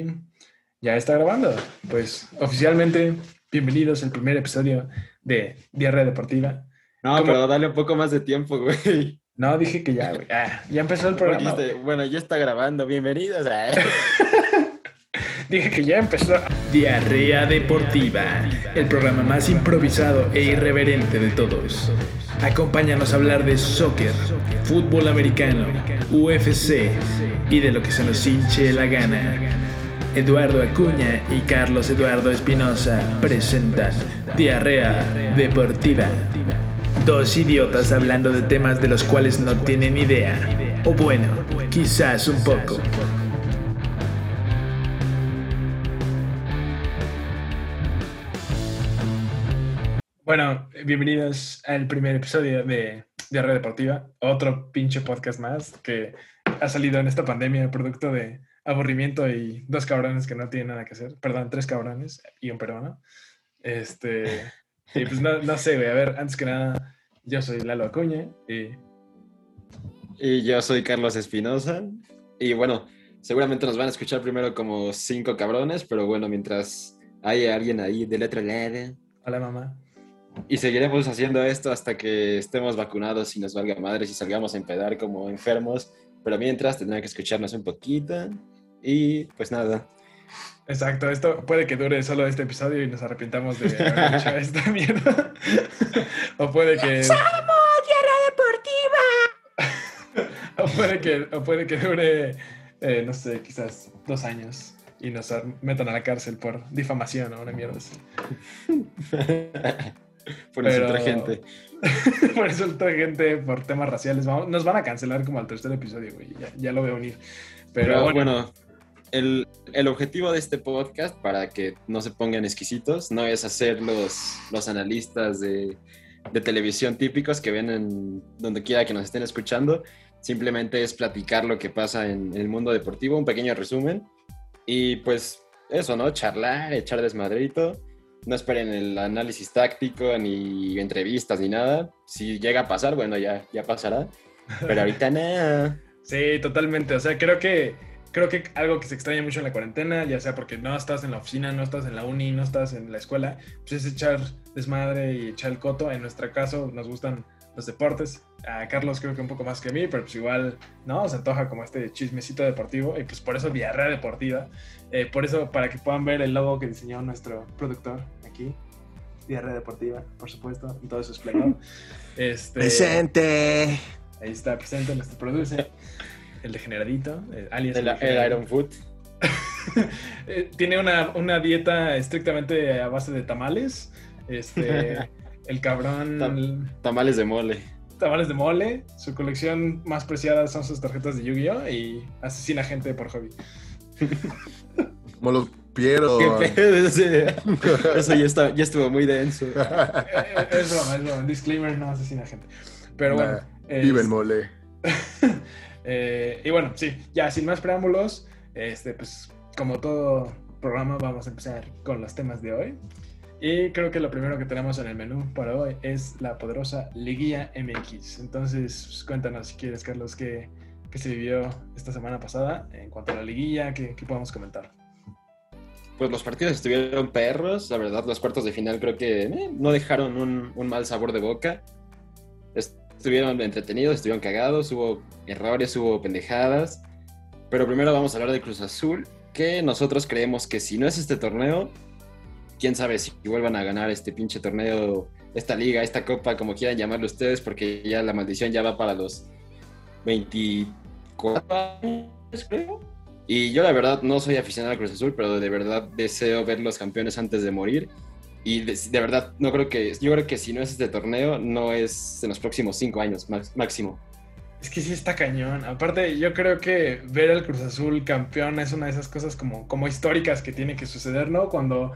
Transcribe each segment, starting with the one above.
Ya está grabando. Pues oficialmente, bienvenidos al primer episodio de Diarrea Deportiva. No, Como pero dale un poco más de tiempo, güey. no dije que ya, güey. Ya empezó el Porque programa, güey. bueno, ya está grabando. Bienvenidos a... Dije que ya empezó. Diarrea Deportiva, el programa más improvisado e irreverente de todos. Acompáñanos a hablar de soccer, fútbol americano, UFC y de lo que se nos hinche la gana. Eduardo Acuña y Carlos Eduardo Espinosa presentan Diarrea Deportiva. Dos idiotas hablando de temas de los cuales no tienen idea. O bueno, quizás un poco. Bueno, bienvenidos al primer episodio de Diarrea Deportiva. Otro pinche podcast más que ha salido en esta pandemia, producto de aburrimiento y dos cabrones que no tienen nada que hacer. Perdón, tres cabrones y un peruano. Y pues no sé, güey. A ver, antes que nada, yo soy Lalo Acuña Y yo soy Carlos Espinosa. Y bueno, seguramente nos van a escuchar primero como 5 cabrones, pero bueno, mientras haya alguien ahí del otro lado. hola mamá. Y seguiremos haciendo esto hasta que estemos vacunados y nos valga madres y salgamos a empedar como enfermos. Pero mientras tendrán que escucharnos un poquito. Y pues nada. Exacto, esto puede que dure solo este episodio y nos arrepintamos de haber hecho esta mierda. O puede que... ¡Somos Diarrea Deportiva! o puede que dure, no sé, quizás 2 años y nos metan a la cárcel por difamación o una mierda así. Por insultar gente. Por insultar gente, por temas raciales. Nos van a cancelar como al tercer episodio, güey. Ya lo veo venir. Pero bueno. El objetivo de este podcast, para que no se pongan exquisitos, no es hacer los analistas de televisión típicos que ven en donde quiera que nos estén escuchando. Simplemente es platicar lo que pasa en el mundo deportivo, un pequeño resumen. Y pues eso, ¿no? Charlar, echar desmadrito. No esperen el análisis táctico, ni entrevistas, ni nada. Si llega a pasar, bueno, ya pasará. Pero ahorita nada. Sí, totalmente. O sea, creo que algo que se extraña mucho en la cuarentena, ya sea porque no estás en la oficina, no estás en la uni, no estás en la escuela, pues es echar desmadre y echar el coto. En nuestro caso nos gustan los deportes. A Carlos creo que un poco más que a mí, pero pues igual, ¿no? Se antoja como este chismecito deportivo y pues por eso Diarrea Deportiva. Por eso, para que puedan ver el logo que diseñó nuestro productor aquí. Diarrea Deportiva, por supuesto, en todo su esplendor. ¡Presente! Ahí está presente nuestro producer. El degeneradito, alias El Iron Food. Tiene una dieta estrictamente a base de tamales. El cabrón... Tamales de mole. Tamales de mole. Su colección más preciada son sus tarjetas de Yu-Gi-Oh! Y asesina gente por hobby. Como los Piero. ¿Qué pedo? Eso ya estuvo muy denso. Es broma. Disclaimer, no asesina gente. Pero bueno. Vive el mole. Y bueno, sí, ya sin más preámbulos, pues como todo programa vamos a empezar con los temas de hoy. Y creo que lo primero que tenemos en el menú para hoy es la poderosa Liguilla MX. Entonces, pues, cuéntanos si quieres, Carlos, qué se vivió esta semana pasada en cuanto a la Liguilla, qué podemos comentar. Pues los partidos estuvieron perros, la verdad, los cuartos de final creo que no dejaron un mal sabor de boca. Estuvieron entretenidos, estuvieron cagados, hubo errores, hubo pendejadas. Pero primero vamos a hablar de Cruz Azul, que nosotros creemos que si no es este torneo, quién sabe si vuelvan a ganar este pinche torneo, esta liga, esta copa, como quieran llamarlo ustedes, porque ya la maldición ya va para los 24 años, creo. Y yo la verdad no soy aficionado a Cruz Azul, pero de verdad deseo ver los campeones antes de morir. Y de verdad, yo creo que si no es este torneo, no es en los próximos 5 años máximo. Es que sí está cañón. Aparte, yo creo que ver al Cruz Azul campeón es una de esas cosas como históricas que tiene que suceder, ¿no? Cuando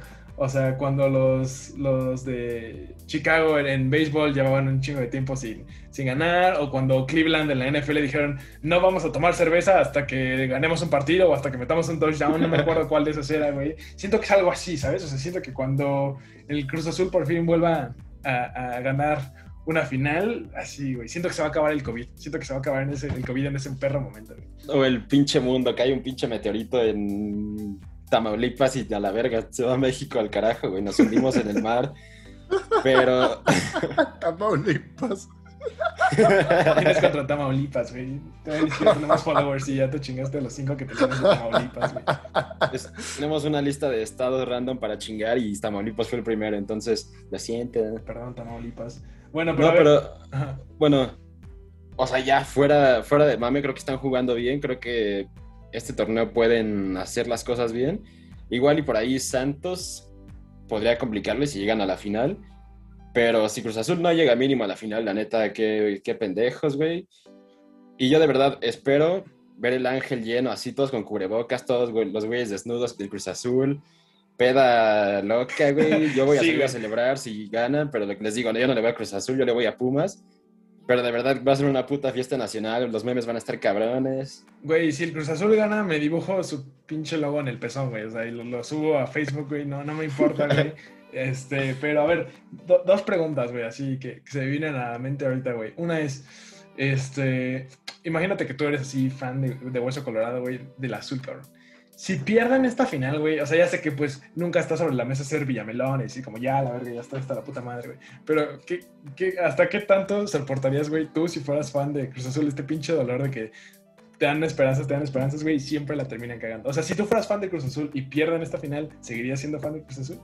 los de Chicago en béisbol llevaban un chingo de tiempo sin ganar, o cuando Cleveland en la NFL dijeron no vamos a tomar cerveza hasta que ganemos un partido o hasta que metamos un touchdown, no me acuerdo cuál de esos era, güey. Siento que es algo así, ¿sabes? O sea, siento que cuando el Cruz Azul por fin vuelva a ganar una final, así, güey. Siento que se va a acabar el COVID. Siento que se va a acabar el COVID en ese perro momento, güey. O el pinche mundo, que hay un pinche meteorito en Tamaulipas y a la verga, se va a México al carajo, güey. Nos hundimos en el mar, pero... Tamaulipas. Tienes contra Tamaulipas, güey. Todavía ni siquiera tenemos followers y ya te chingaste a los 5 que tenemos de Tamaulipas, güey. Tenemos una lista de estados random para chingar y Tamaulipas fue el primero, entonces lo siento. Perdón, Tamaulipas. Bueno, pero. No, pero, Ajá. bueno, o sea, ya fuera de mame, creo que están jugando bien, creo que este torneo pueden hacer las cosas bien. Igual y por ahí Santos podría complicarles si llegan a la final, pero si Cruz Azul no llega mínimo a la final, la neta, qué pendejos, güey. Y yo de verdad espero ver el Ángel lleno, así todos con cubrebocas, todos los güeyes desnudos del Cruz Azul, peda loca, güey. Yo voy a Sí, salir güey. a celebrar si ganan, pero lo que les digo, no, yo no le voy a Cruz Azul, yo le voy a Pumas. Pero de verdad va a ser una puta fiesta nacional, los memes van a estar cabrones. Güey, si el Cruz Azul gana, me dibujo su pinche logo en el pezón, güey. O sea, y lo subo a Facebook, güey. No me importa, güey. Pero a ver, dos preguntas, güey, así que se me vienen a la mente ahorita, güey. Una es, imagínate que tú eres así fan de Hueso Colorado, güey, del azul, cabrón. Si pierden esta final, güey, o sea, ya sé que pues nunca está sobre la mesa ser Villamelones y como ya, la verga, ya está la puta madre, güey. Pero, ¿hasta qué tanto soportarías, güey, tú si fueras fan de Cruz Azul, este pinche dolor de que te dan esperanzas, güey, y siempre la terminan cagando? O sea, si tú fueras fan de Cruz Azul y pierden esta final, ¿seguirías siendo fan de Cruz Azul?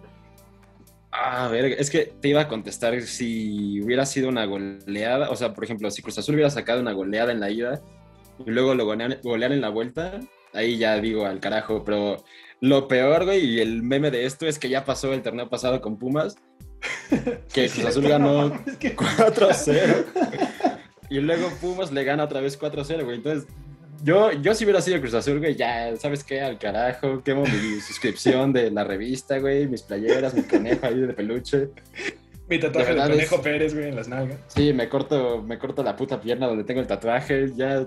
A ver, es que te iba a contestar si hubiera sido una goleada, o sea, por ejemplo, si Cruz Azul hubiera sacado una goleada en la ida y luego lo golean en la vuelta, ahí ya digo al carajo, pero lo peor, güey, y el meme de esto es que ya pasó el torneo pasado con Pumas, que Cruz Azul ganó 4-0 y luego Pumas le gana otra vez 4-0, güey. Entonces, yo si hubiera sido Cruz Azul, güey, ya, ¿sabes qué? Al carajo, quemo mi suscripción de la revista, güey, mis playeras, mi conejo ahí de peluche. Mi tatuaje de verdad Conejo Pérez, güey, en las nalgas. Sí, me corto la puta pierna donde tengo el tatuaje, ya...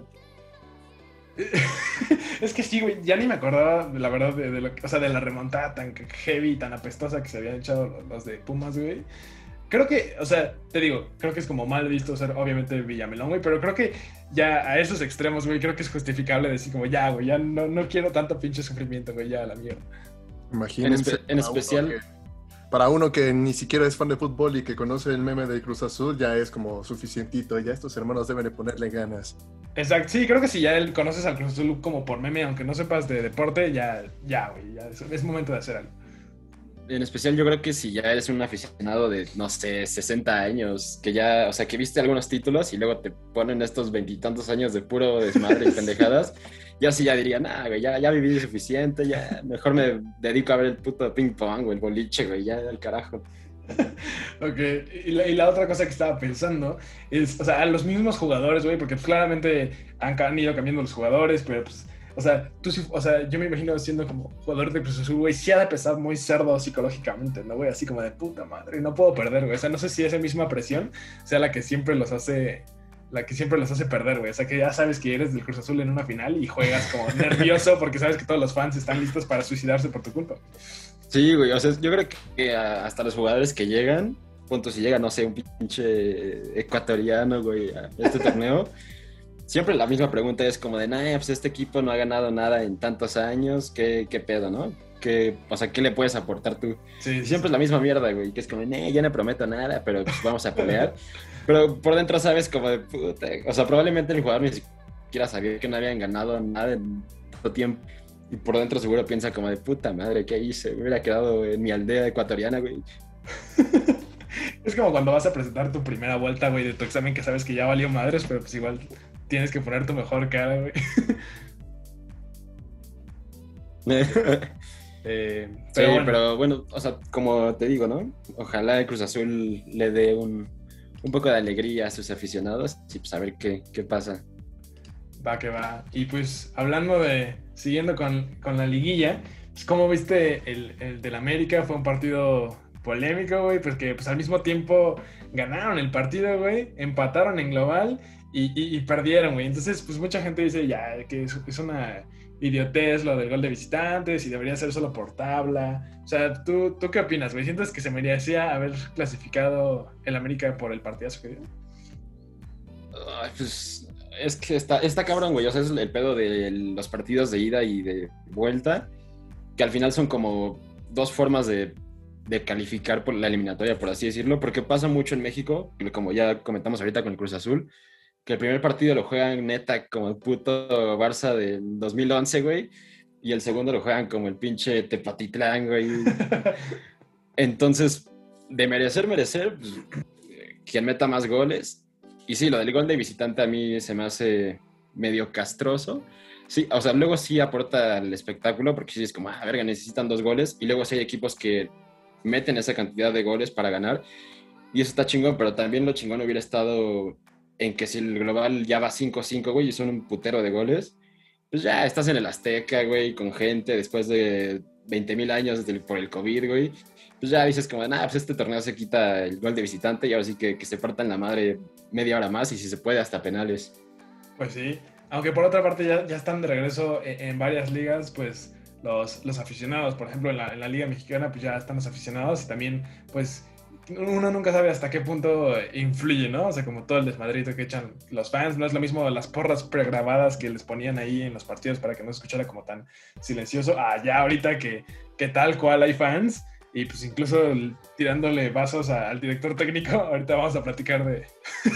Es que sí, güey, ya ni me acordaba, la verdad, de lo que, o sea, de la remontada tan heavy, tan apestosa que se habían echado los de Pumas, güey. Creo que, o sea, te digo, creo que es como mal visto ser, obviamente, Villamelón, güey, pero creo que ya a esos extremos, güey, creo que es justificable decir como, ya, güey, ya no quiero tanto pinche sufrimiento, güey, ya a la mierda. Imagínense. En especial... Para uno que ni siquiera es fan de fútbol y que conoce el meme de Cruz Azul, ya es como suficientito. Ya estos hermanos deben de ponerle ganas. Exacto, sí, creo que si ya conoces al Cruz Azul como por meme, aunque no sepas de deporte, ya, güey, ya es momento de hacer algo. En especial yo creo que si ya eres un aficionado de, no sé, 60 años, que ya, o sea, que viste algunos títulos y luego te ponen estos veintitantos años de puro desmadre y pendejadas, yo sí ya diría, nah, güey, ya viví suficiente, ya mejor me dedico a ver el puto ping pong o el boliche, güey, ya al carajo. Ok, y la otra cosa que estaba pensando es, o sea, a los mismos jugadores, güey, porque claramente han ido cambiando los jugadores, pero pues, o sea, tú sí, o sea, yo me imagino siendo como jugador de Cruz Azul, güey, sí ha de pesar muy cerdo psicológicamente, ¿no, güey? Así como de puta madre, no puedo perder, güey. O sea, no sé si esa misma presión sea la que siempre los hace perder, güey. O sea, que ya sabes que eres del Cruz Azul en una final y juegas como nervioso porque sabes que todos los fans están listos para suicidarse por tu culpa. Sí, güey, o sea, yo creo que hasta los jugadores que llegan, punto, si llega, no sé, un pinche ecuatoriano, güey, a este torneo, siempre la misma pregunta es como de, nah, pues este equipo no ha ganado nada en tantos años, ¿qué pedo, no? O sea, ¿qué le puedes aportar tú? Sí, Siempre es la misma mierda, güey, que es como, nah, ya no prometo nada, pero pues vamos a pelear. Pero por dentro sabes como de, puta, o sea, probablemente el jugador ni siquiera sabía que no habían ganado nada en tanto tiempo. Y por dentro seguro piensa como de, puta madre, ¿qué hice? Me hubiera quedado en mi aldea ecuatoriana, güey. Es como cuando vas a presentar tu primera vuelta, güey, de tu examen que sabes que ya valió madres, pero pues igual tienes que poner tu mejor cara, güey. Pero bueno, o sea, como te digo, ¿no? Ojalá el Cruz Azul le dé un poco de alegría a sus aficionados y pues a ver qué pasa. Va que va. Y pues hablando siguiendo con la liguilla, pues ¿cómo viste el del América? Fue un partido polémico, güey, pues que pues al mismo tiempo ganaron el partido, güey, empataron en global y perdieron, güey. Entonces, pues mucha gente dice ya que es una idiotez lo del gol de visitantes y debería ser solo por tabla. O sea, ¿tú qué opinas, güey? ¿Sientes que se merecía haber clasificado el América por el partidazo que dio? Ay, pues es que está cabrón, güey. O sea, es el pedo de los partidos de ida y de vuelta. que al final son como dos formas de calificar por la eliminatoria, por así decirlo, porque pasa mucho en México, como ya comentamos ahorita con el Cruz Azul, que el primer partido lo juegan neta como el puto Barça del 2011, güey, y el segundo lo juegan como el pinche Tepatitlán, güey. Entonces, de merecer, pues, quien meta más goles. Y sí, lo del gol de visitante a mí se me hace medio castroso. Sí, o sea, luego sí aporta al espectáculo, porque sí es como, verga, necesitan 2 goles, y luego sí hay equipos que meten esa cantidad de goles para ganar, y eso está chingón, pero también lo chingón hubiera estado en que si el global ya va 5-5, güey, y son un putero de goles, pues ya estás en el Azteca, güey, con gente después de 20,000 años por el COVID, güey, pues ya dices como, pues este torneo se quita el gol de visitante y ahora sí que se partan la madre media hora más y si se puede hasta penales. Pues sí, aunque por otra parte ya están de regreso en varias ligas, pues los aficionados, por ejemplo en la Liga Mexicana, pues ya están los aficionados y también pues uno nunca sabe hasta qué punto influye, ¿no? O sea, como todo el desmadrito que echan los fans, no es lo mismo las porras pregrabadas que les ponían ahí en los partidos para que no se escuchara como tan silencioso, ya ahorita que tal cual hay fans y pues incluso tirándole vasos al director técnico. Ahorita vamos a platicar de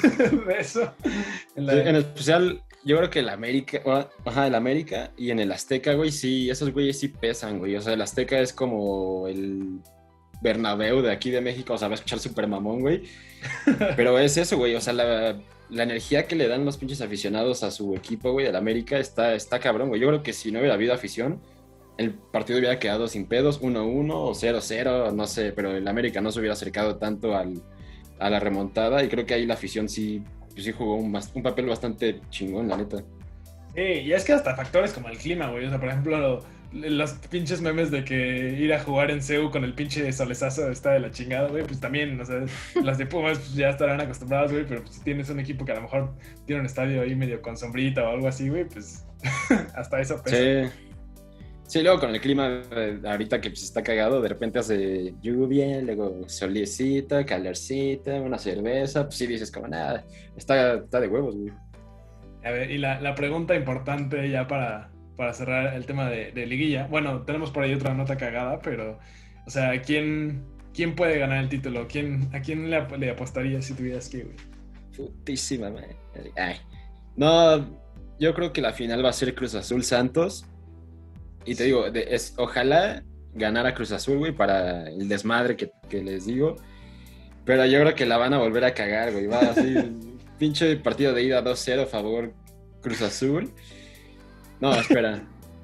eso. En especial, yo creo que el América, el América y en el Azteca, güey, sí, esos güeyes sí pesan, güey. O sea, el Azteca es como el Bernabéu de aquí de México, o sea, va a escuchar súper mamón, güey. Pero es eso, güey, o sea, la energía que le dan los pinches aficionados a su equipo, güey, del América, está cabrón, güey. Yo creo que si no hubiera habido afición, el partido hubiera quedado sin pedos, 1-1 o 0-0, no sé, pero el América no se hubiera acercado tanto a la remontada y creo que ahí la afición sí jugó un papel bastante chingón, la neta. Sí, y es que hasta factores como el clima, güey. O sea, por ejemplo, los pinches memes de que ir a jugar en CEU con el pinche solezazo está de la chingada, güey. Pues también, o sea, las de Pumas pues, ya estarán acostumbradas, güey. Pero pues, si tienes un equipo que a lo mejor tiene un estadio ahí medio con sombrita o algo así, güey, pues hasta eso pesa. Sí. Sí, luego con el clima ahorita que pues, está cagado, de repente hace lluvia, luego solecita, calorcita, una cerveza, pues sí dices como nada, está de huevos, güey. A ver, y la pregunta importante ya para cerrar el tema de liguilla. Bueno, tenemos por ahí otra nota cagada, pero, o sea, ¿quién puede ganar el título? ¿A quién le apostarías si tuvieras que, güey? Putísima madre. Ay. No, yo creo que la final va a ser Cruz Azul Santos. Y te digo, ojalá ganara Cruz Azul, güey, para el desmadre que les digo. Pero yo creo que la van a volver a cagar, güey. Va así, pinche partido de ida 2-0 a favor Cruz Azul. No, espera.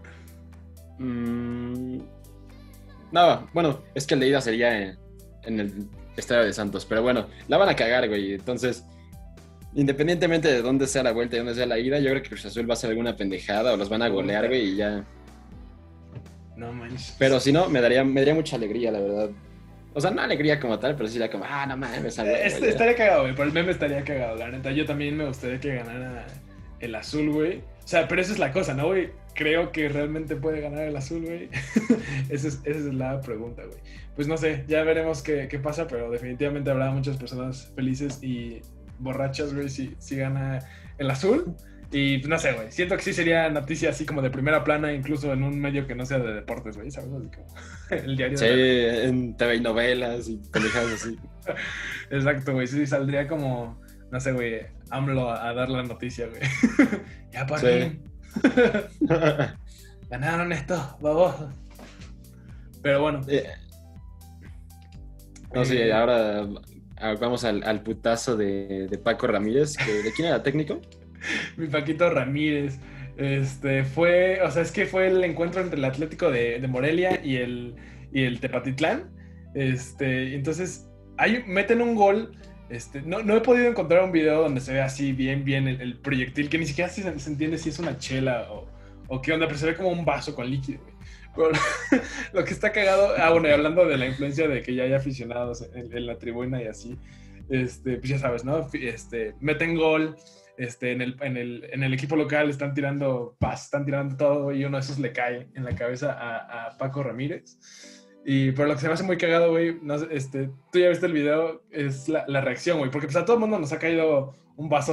No, bueno, es que el de ida sería en el estadio de Santos. Pero bueno, la van a cagar, güey. Entonces, independientemente de dónde sea la vuelta y dónde sea la ida, yo creo que Cruz Azul va a hacer alguna pendejada o los van a golear, güey, y ya. No manches. Pero si no, me daría mucha alegría, la verdad. O sea, no alegría como tal, pero sí la como, no mames, estaría cagado, güey. Por el meme estaría cagado, la neta. Yo también me gustaría que ganara el azul, güey. O sea, pero esa es la cosa, ¿no, güey? Creo que realmente puede ganar el azul, güey. esa es la pregunta, güey. Pues no sé, ya veremos qué pasa, pero definitivamente habrá muchas personas felices y borrachas, güey, si gana el azul. Y no sé, güey, siento que sí sería noticia así como de primera plana, incluso en un medio que no sea de deportes, güey, ¿sabes? Así como el diario. Sí, en TV y novelas y pendejadas así. Exacto, güey, sí, saldría como, no sé, güey, AMLO a dar la noticia, güey. Ya por fin. Ganaron estos babosos. Pero bueno. No, sí, ahora vamos al putazo de Paco Ramírez. ¿De quién era técnico? Mi Paquito Ramírez. Fue el encuentro entre el Atlético de Morelia y el Tepatitlán. Entonces, meten un gol. No he podido encontrar un video donde se ve así bien el proyectil, que ni siquiera se entiende si es una chela o qué onda, pero se ve como un vaso con líquido, güey. Pero lo que está cagado, bueno, y hablando de la influencia de que ya hay aficionados en la tribuna y así, pues ya sabes, ¿no? Meten gol. En el equipo local están tirando todo y uno de esos le cae en la cabeza a Paco Ramírez. Pero lo que se me hace muy cagado, güey, no, tú ya viste el video, es la reacción, güey, porque pues a todo el mundo nos ha caído un vaso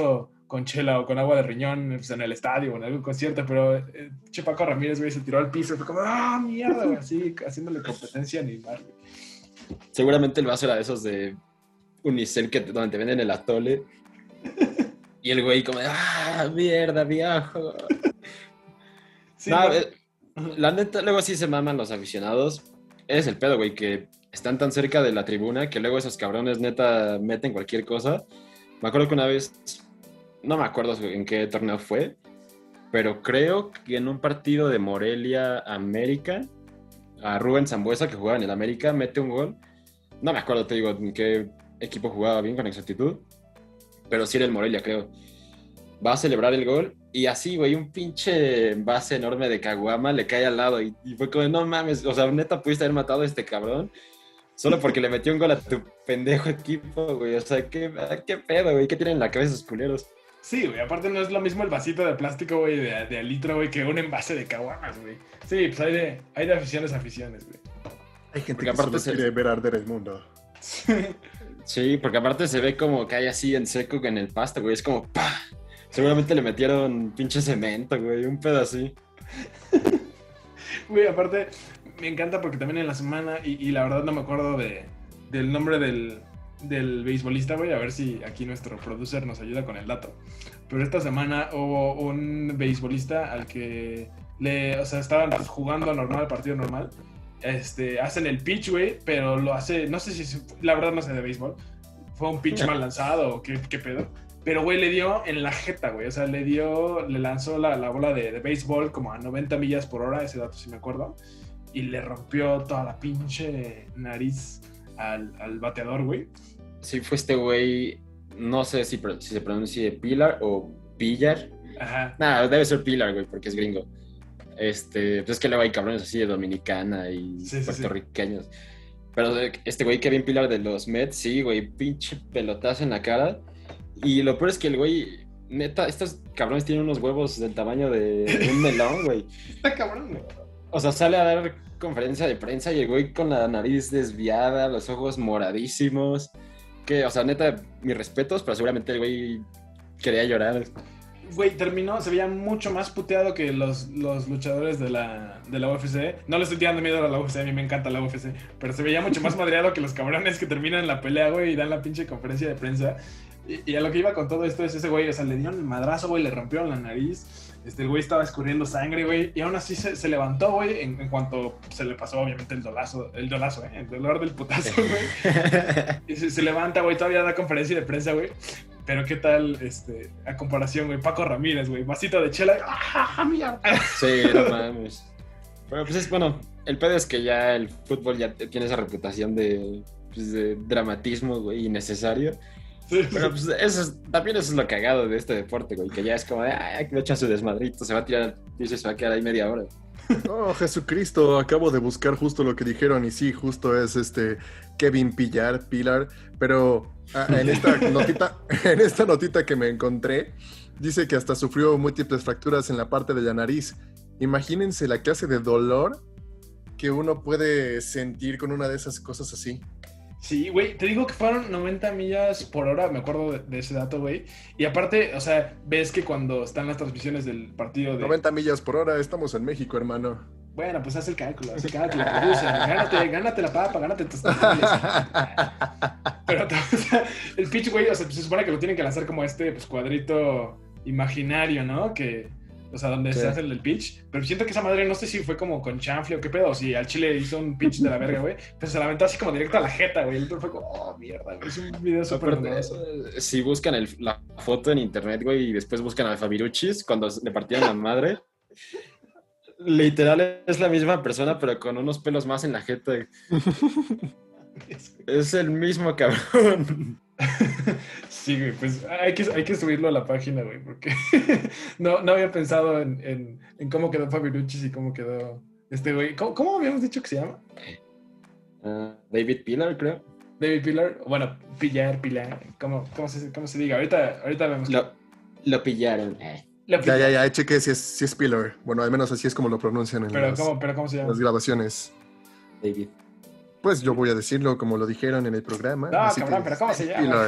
con chela o con agua de riñón pues, en el estadio o en algún concierto, pero Che Paco Ramírez, güey, se tiró al piso, fue como, mierda, güey, así, haciéndole competencia a Neymar, güey. Seguramente el vaso era de esos de Unicel donde te venden el atole. Y el güey como, mierda, viejo. Sí, no, la neta, luego sí se maman los aficionados. Es el pedo, güey, que están tan cerca de la tribuna que luego esos cabrones neta meten cualquier cosa. Me acuerdo que una vez, no me acuerdo en qué torneo fue, pero creo que en un partido de Morelia América, a Rubén Sambuesa, que jugaba en el América, mete un gol. No me acuerdo, te digo, en qué equipo jugaba bien con exactitud, pero sí era el Morelia, creo. Va a celebrar el gol y así, güey, un pinche envase enorme de caguama le cae al lado y fue como, no mames, o sea, neta pudiste haber matado a este cabrón solo porque le metió un gol a tu pendejo equipo, güey. O sea, ¿qué pedo, güey? ¿Qué tienen en la cabeza esos culeros? Sí, güey, aparte no es lo mismo el vasito de plástico, güey, de al litro, güey, que un envase de caguamas, güey. Sí, pues hay de aficiones a aficiones, güey. Hay gente que solo quiere ver arder el mundo. Sí, porque aparte se ve como que hay así en seco en el pasto, güey. Es como, ¡pah! Seguramente le metieron pinche cemento, güey, un pedo así. Güey, aparte, me encanta porque también en la semana, y la verdad no me acuerdo del nombre del beisbolista, güey, a ver si aquí nuestro producer nos ayuda con el dato. Pero esta semana hubo un beisbolista al que estaban jugando normal, partido normal. Hacen el pitch, güey, pero lo hace, no sé si, la verdad no sé de béisbol, fue un pitch mal lanzado o qué pedo. Pero, güey, le dio en la jeta, güey. O sea, le lanzó la bola de béisbol como a 90 millas por hora, ese dato sí me acuerdo. Y le rompió toda la pinche nariz al bateador, güey. Sí, fue este güey, no sé si se pronuncia Pilar o Pillar. Ajá. Nada, debe ser Pilar, güey, porque es gringo. Pues es que luego hay cabrones así de Dominicana y puertorriqueños. Sí. Pero este güey, Kevin Pilar de los Mets, sí, güey, pinche pelotazo en la cara. Y lo peor es que el güey, neta, estos cabrones tienen unos huevos del tamaño de un melón, güey. Está cabrón, güey. O sea, sale a dar conferencia de prensa y el güey con la nariz desviada, los ojos moradísimos. Que, o sea, neta, mis respetos, pero seguramente el güey quería llorar. Güey, se veía mucho más puteado que los luchadores de la UFC. No le estoy tirando miedo a la UFC, a mí me encanta la UFC. Pero se veía mucho más madreado que los cabrones que terminan la pelea, güey, y dan la pinche conferencia de prensa. Y a lo que iba con todo esto es ese güey, o sea, le dieron el madrazo, güey, le rompieron la nariz. El güey estaba escurriendo sangre, güey, y aún así se levantó, güey, en cuanto se le pasó, obviamente, el dolor del putazo, güey. Y se levanta, güey, todavía da conferencia de prensa, güey. Pero qué tal, a comparación, güey, Paco Ramírez, güey, vasito de chela, mierda. Sí, no mames. Pero pues bueno, el pedo es que ya el fútbol ya tiene esa reputación de dramatismo, güey, innecesario. Sí. Pero pues también eso es lo cagado de este deporte, güey, que ya es como de, que le echa su desmadrito, se va a tirar y se va a quedar ahí media hora. Oh, Jesucristo, acabo de buscar justo lo que dijeron y sí, justo es Kevin Pilar, pero en esta notita que me encontré, dice que hasta sufrió múltiples fracturas en la parte de la nariz. Imagínense la clase de dolor que uno puede sentir con una de esas cosas así. Sí, güey, te digo que fueron 90 millas por hora, me acuerdo de ese dato, güey. Y aparte, o sea, ves que cuando están las transmisiones del partido de... 90 millas por hora, estamos en México, hermano. Bueno, pues haz el cálculo, produce, gánate la papa, gánate tus tamales. Pero, o sea, el pitch, güey, o sea, se supone que lo tienen que lanzar como pues, cuadrito imaginario, ¿no? O sea, donde se hace el pitch. Pero siento que esa madre, no sé si fue como con chanfle o qué pedo, o si al chile hizo un pitch de la verga, güey. Pero se la aventó así como directo a la jeta, güey. El otro fue como, mierda, güey. Es un video súper hermoso. Si buscan la foto en internet, güey, y después buscan a Fabiruchis cuando le partían la madre, literal es la misma persona, pero con unos pelos más en la jeta. Es el mismo cabrón. Sí, güey, pues hay que subirlo a la página, güey, porque no había pensado en cómo quedó Fabiruchis y cómo quedó güey. ¿Cómo habíamos dicho que se llama? David Pilar, creo. David Pilar, bueno, Pilar, ¿cómo se diga? Ahorita vemos. Lo pillaron. Ya, cheque si es Pilar. Bueno, al menos así es como lo pronuncian en pero ¿cómo se llama? Las grabaciones. David. Pues yo voy a decirlo como lo dijeron en el programa. No, así cabrón, que- pero ¿cómo se llama?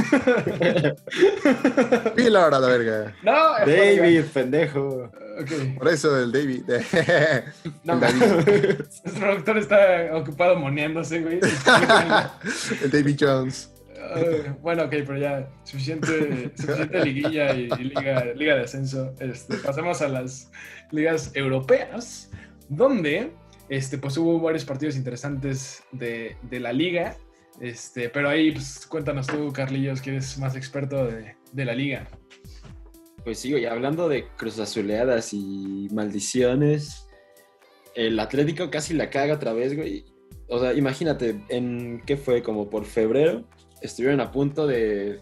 Pilar a la verga. No, David, pendejo. Ok. Por eso el David. No, El David. nuestro productor está ocupado moneándose, güey. El David Jones. Bueno, ok, pero ya, suficiente liguilla y liga de ascenso. Pasamos a las ligas europeas, donde pues hubo varios partidos interesantes de la liga. Pero ahí, pues, cuéntanos tú, Carlillos, que eres más experto de la liga. Pues sí, güey, hablando de cruzazuleadas y maldiciones, el Atlético casi la caga otra vez, güey. O sea, imagínate, ¿qué fue? Como por febrero, estuvieron a punto de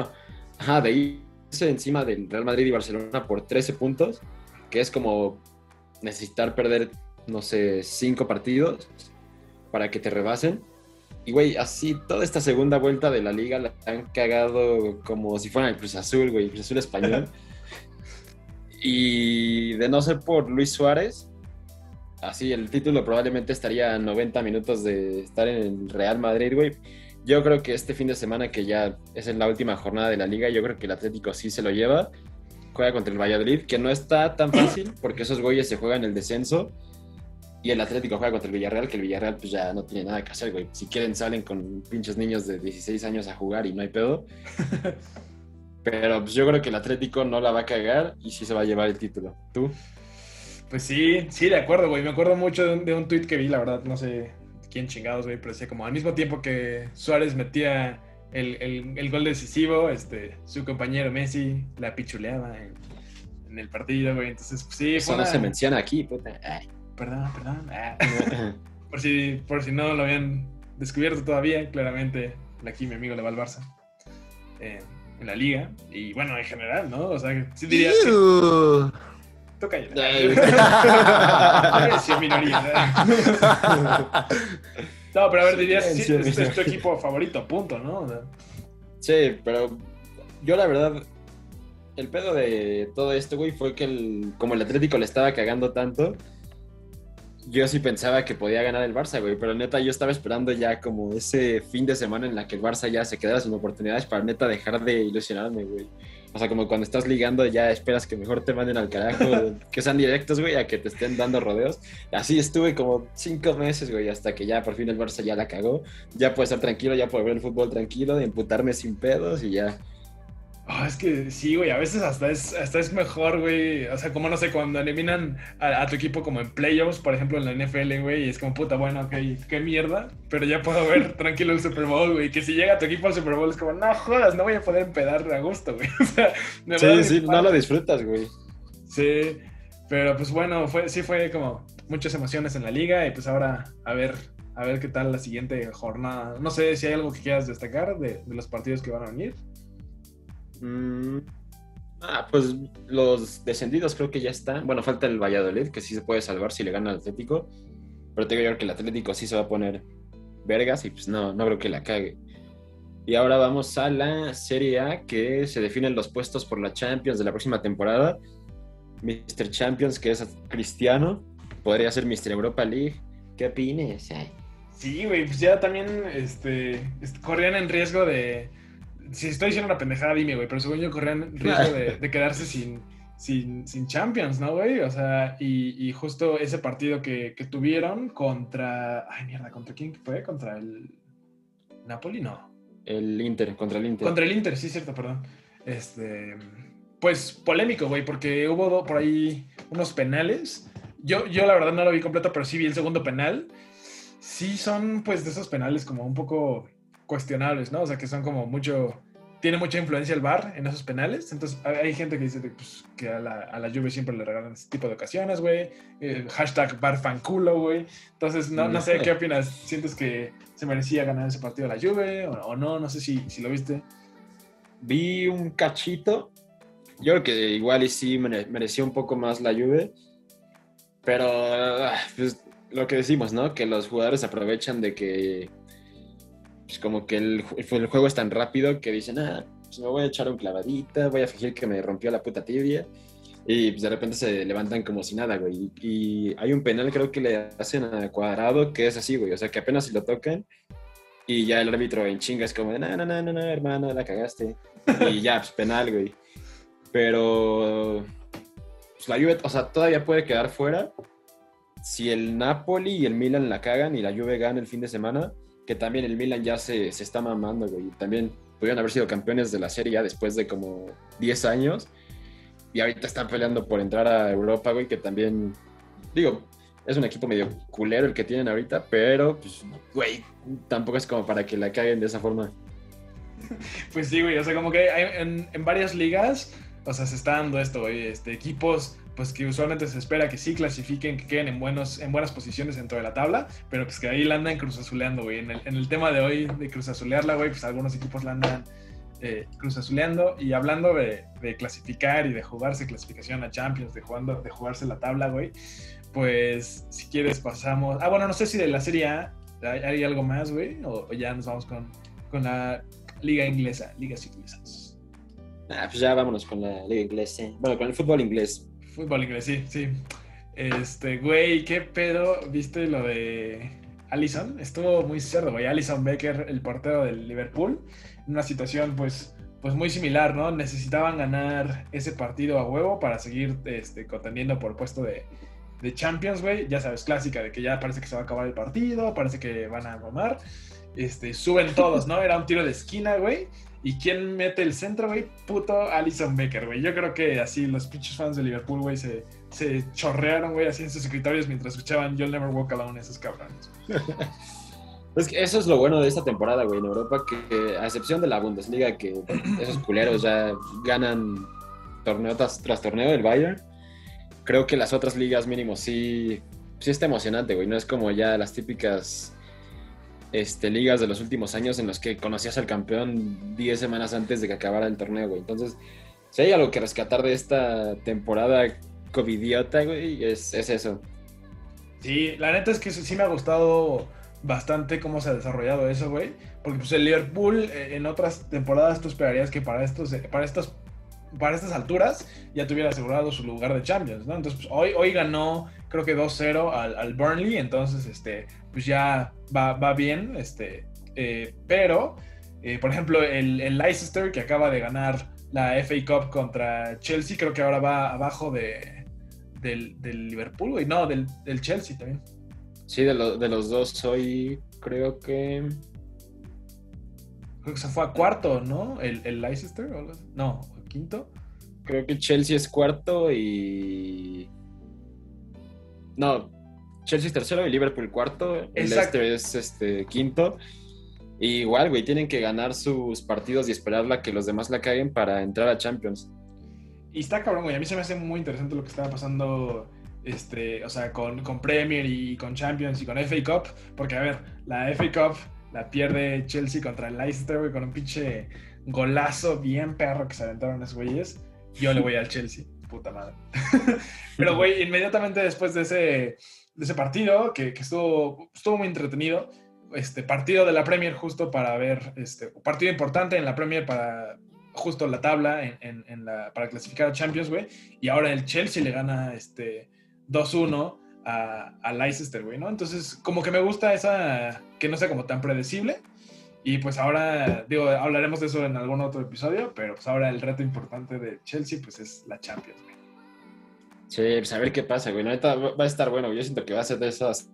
irse encima del Real Madrid y Barcelona por 13 puntos, que es como necesitar perder, no sé, 5 partidos para que te rebasen. Y, güey, así toda esta segunda vuelta de la liga la han cagado como si fueran el Cruz Azul, güey, el Cruz Azul español. Y de no ser por Luis Suárez, así el título probablemente estaría a 90 minutos de estar en el Real Madrid, güey. Yo creo que este fin de semana, que ya es en la última jornada de la liga, yo creo que el Atlético sí se lo lleva. Juega contra el Valladolid, que no está tan fácil, porque esos güeyes se juegan el descenso. Y el Atlético juega contra el Villarreal, que el Villarreal pues ya no tiene nada que hacer, güey. Si quieren salen con pinches niños de 16 años a jugar y no hay pedo. Pero pues yo creo que el Atlético no la va a cagar y sí se va a llevar el título. ¿Tú? Pues sí, de acuerdo, güey. Me acuerdo mucho de un tuit que vi, la verdad, no sé quién chingados, güey, pero decía como al mismo tiempo que Suárez metía el gol decisivo, su compañero Messi la pichuleaba en el partido, güey. Entonces, pues, sí, Eso no se menciona aquí, puta. Ay. Perdón. Por si no lo habían descubierto todavía, claramente aquí mi amigo le va al Barça en la liga. Y bueno, en general, ¿no? O sea, sí diría... Sí, tú cállate. Sí, minoría. No, pero a ver, dirías, sí, es tu equipo favorito, punto, ¿no? O sea, sí, pero yo la verdad, el pedo de todo esto, güey, fue que como el Atlético le estaba cagando tanto, yo sí pensaba que podía ganar el Barça, güey, pero neta yo estaba esperando ya como ese fin de semana en la que el Barça ya se quedara sin oportunidades para neta dejar de ilusionarme, güey. O sea, como cuando estás ligando ya esperas que mejor te manden al carajo, que sean directos, güey, a que te estén dando rodeos. Así estuve como 5 meses, güey, hasta que ya por fin el Barça ya la cagó. Ya puedo estar tranquilo, ya puedo ver el fútbol tranquilo, de emputarme sin pedos y ya. es que sí, güey, a veces hasta es mejor, güey. O sea, como no sé, cuando eliminan a tu equipo como en playoffs, por ejemplo, en la NFL, güey, y es como puta, bueno, ok, qué mierda, pero ya puedo ver tranquilo el Super Bowl, güey. Que si llega tu equipo al Super Bowl es como, no jodas, no voy a poder empedar a gusto, güey. O sea, sí, no lo disfrutas, güey. Sí, pero pues bueno, sí fue como muchas emociones en la liga y pues ahora a ver qué tal la siguiente jornada. No sé si hay algo que quieras destacar de los partidos que van a venir. Pues los descendidos creo que ya están. Bueno, falta el Valladolid, que sí se puede salvar si le gana al Atlético. Pero tengo que ver que el Atlético sí se va a poner vergas y pues no creo que la cague. Y ahora vamos a la Serie A, que se definen los puestos por la Champions de la próxima temporada. Mr. Champions, que es Cristiano, podría ser Mr. Europa League. ¿Qué opines? Sí, güey, pues ya también corrían en riesgo de... Si estoy diciendo una pendejada, dime, güey, pero según yo corrían riesgo de quedarse sin Champions, ¿no, güey? O sea, y justo ese partido que tuvieron contra... Ay, mierda, ¿contra quién fue? ¿Contra el Napoli? No. El Inter, contra el Inter. Contra el Inter, sí, cierto, perdón. Pues polémico, güey, porque hubo por ahí unos penales. Yo la verdad no lo vi completo, pero sí vi el segundo penal. Sí son, pues, de esos penales como un poco cuestionables, ¿no? O sea, que son como tiene mucha influencia el VAR en esos penales. Entonces hay gente que dice pues, que a la Juve siempre le regalan ese tipo de ocasiones, güey. Hashtag VARfanculo, güey. Entonces no sé qué opinas. ¿Sientes que se merecía ganar ese partido la Juve o no? No sé si lo viste. Vi un cachito. Yo creo que igual y sí mereció un poco más la Juve. Pero pues, lo que decimos, ¿no? Que los jugadores aprovechan de que pues como que el juego es tan rápido que dicen, pues me voy a echar un clavadita, voy a fingir que me rompió la puta tibia Y pues de repente se levantan como si nada, güey. Y hay un penal, creo que le hacen a Cuadrado, que es así, güey. O sea, que apenas si lo tocan y ya el árbitro en chinga es como, no, hermano, la cagaste. Y ya, pues penal, güey. Pero pues, la Juve, o sea, todavía puede quedar fuera si el Napoli y el Milan la cagan y la Juve gana el fin de semana, que también el Milan ya se está mamando, güey. También pudieron haber sido campeones de la Serie ya después de como 10 años. Y ahorita están peleando por entrar a Europa, güey, que también, digo, es un equipo medio culero el que tienen ahorita, pero, pues, güey, tampoco es como para que la caguen de esa forma. Pues sí, güey, o sea, como que hay en varias ligas, o sea, se está dando esto, güey, equipos, pues que usualmente se espera que sí clasifiquen, que queden en buenas posiciones dentro de la tabla, pero pues que ahí la andan cruzazuleando, güey. En el tema de hoy de cruzazulearla, güey, pues algunos equipos la andan cruzazuleando. Y hablando de clasificar y de jugarse clasificación a Champions, de jugarse la tabla, güey, pues si quieres pasamos... Ah, bueno, no sé si de la Serie A hay algo más, güey, o ya nos vamos con la ligas inglesas. Pues ya vámonos con la liga inglesa. Bueno, con el fútbol inglés. Fútbol inglés, sí. Güey, ¿qué pedo? ¿Viste lo de Alisson? Estuvo muy cerdo, güey. Alisson Becker, el portero del Liverpool, en una situación, pues muy similar, ¿no? Necesitaban ganar ese partido a huevo para seguir contendiendo por puesto de Champions, güey. Ya sabes, clásica, de que ya parece que se va a acabar el partido, parece que van a mamar. Suben todos, ¿no? Era un tiro de esquina, güey. ¿Y quién mete el centro, güey? Puto Alisson Becker, güey. Yo creo que así los pinches fans de Liverpool, güey, se chorrearon, güey, así en sus escritorios mientras escuchaban You'll Never Walk Alone, esos cabrones. Es que eso es lo bueno de esta temporada, güey, en Europa, que a excepción de la Bundesliga, que esos culeros ya ganan torneo tras torneo del Bayern, creo que las otras ligas mínimo sí está emocionante, güey. No es como ya las típicas ligas de los últimos años en los que conocías al campeón 10 semanas antes de que acabara el torneo, güey. Entonces, si hay algo que rescatar de esta temporada covidiota, güey, es eso. Sí, la neta es que sí me ha gustado bastante cómo se ha desarrollado eso, güey. Porque pues el Liverpool en otras temporadas tú esperarías que para estas alturas ya tuviera asegurado su lugar de Champions, ¿no? Entonces, pues, hoy ganó, creo que 2-0 al Burnley, entonces, pues ya va bien, pero, por ejemplo, el Leicester, que acaba de ganar la FA Cup contra Chelsea, creo que ahora va abajo del Liverpool, güey, no, del Chelsea también. Sí, de los dos hoy creo que se fue a cuarto, ¿no? El Leicester, no, quinto. Creo que Chelsea es cuarto y... No, Chelsea es tercero y Liverpool cuarto. El Leicester es quinto. Y igual, güey, tienen que ganar sus partidos y esperar a que los demás la caguen para entrar a Champions. Y está cabrón, güey. A mí se me hace muy interesante lo que estaba pasando, o sea, con Premier y con Champions y con FA Cup. Porque, a ver, la FA Cup la pierde Chelsea contra el Leicester, güey, con un pinche golazo bien perro que se aventaron esos güeyes. Yo le voy al Chelsea, puta madre. Pero, güey, inmediatamente después de ese partido, que estuvo muy entretenido, partido de la Premier justo para ver, partido importante en la Premier para justo la tabla para clasificar a Champions, güey. Y ahora el Chelsea le gana 2-1 a Leicester, güey, ¿no? Entonces, como que me gusta esa, que no sea como tan predecible. Y pues ahora, digo, hablaremos de eso en algún otro episodio, pero pues ahora el reto importante de Chelsea, pues es la Champions, güey. Sí, pues a ver qué pasa, güey. Neta, va a estar bueno. Yo siento que va a ser de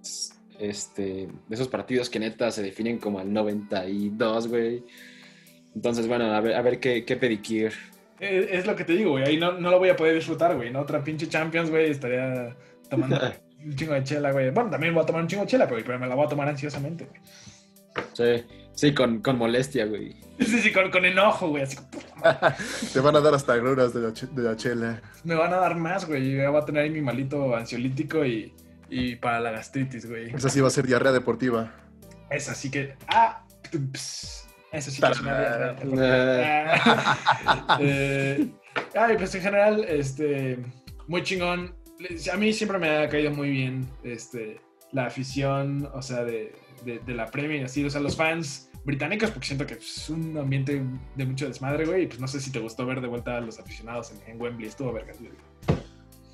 esos partidos que neta se definen como al 92, güey. Entonces, bueno, a ver qué pedicure. Es lo que te digo, güey. Ahí no lo voy a poder disfrutar, güey. En otra pinche Champions, güey, estaría tomando un chingo de chela, güey. Bueno, también voy a tomar un chingo de chela, pero me la voy a tomar ansiosamente, güey. Sí, con molestia, güey. Sí, con enojo, güey. Así te van a dar hasta agruras de la chela. Me van a dar más, güey. Ya voy a tener ahí mi malito ansiolítico y para la gastritis, güey. Esa sí va a ser diarrea deportiva. Esa sí que... Esa sí que es una diarrea deportiva. Pues en general, muy chingón. A mí siempre me ha caído muy bien la afición, o sea, de la Premier y así, o sea, los fans británicos, porque siento que es un ambiente de mucho desmadre, güey, y pues no sé si te gustó ver de vuelta a los aficionados en Wembley, estuvo verga.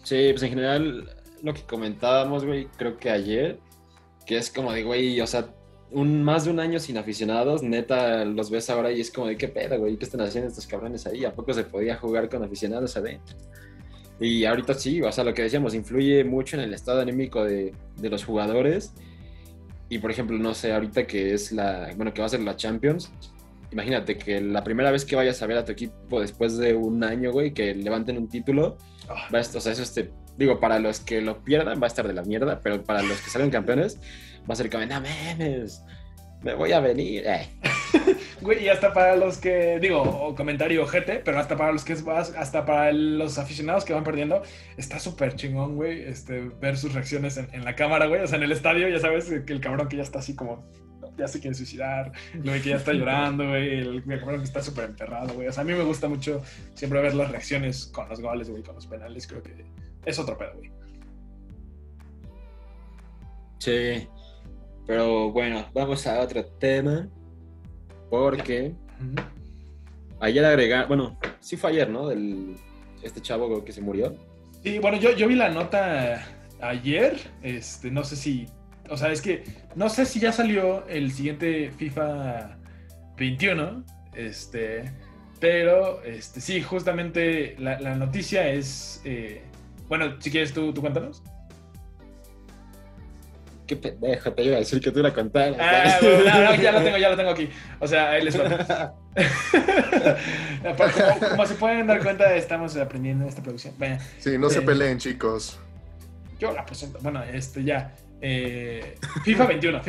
Sí, pues en general lo que comentábamos, güey, creo que ayer, que es como de, güey, o sea, más de un año sin aficionados, neta, los ves ahora y es como de, ¿qué pedo, güey? ¿Qué están haciendo estos cabrones ahí? ¿A poco se podía jugar con aficionados adentro? Y ahorita sí, o sea, lo que decíamos, influye mucho en el estado anímico de los jugadores. Y por ejemplo, no sé, ahorita que es que va a ser la Champions, imagínate que la primera vez que vayas a ver a tu equipo después de un año, güey, que levanten un título, o sea, digo, para los que lo pierdan va a estar de la mierda, pero para los que salen campeones va a ser como, no memes, me voy a venir. Güey, y hasta para los que, digo, o comentario ojete, pero hasta para los que hasta para los aficionados que van perdiendo, está súper chingón, güey, ver sus reacciones en la cámara, güey, o sea, en el estadio, ya sabes, que el cabrón que ya está así como, ya se quiere suicidar, el güey que ya está llorando, güey, el cabrón que está súper emperrado, güey, o sea, a mí me gusta mucho siempre ver las reacciones con los goles, güey, con los penales, creo que es otro pedo, güey. Sí, pero bueno, vamos a otro tema. Porque ayer sí fue ayer, ¿no? Este chavo que se murió. Sí, bueno, yo vi la nota ayer, no sé si, o sea, es que no sé si ya salió el siguiente FIFA 21, pero, sí, justamente la noticia es, bueno, si quieres tú cuéntanos. Qué pendejo, te iba a decir que tú la contaras. No, ya lo tengo aquí. O sea, ahí les va. Como se pueden dar cuenta, estamos aprendiendo esta producción. Bueno, sí, no se peleen, chicos. Yo la presento. Bueno, ya. FIFA 21.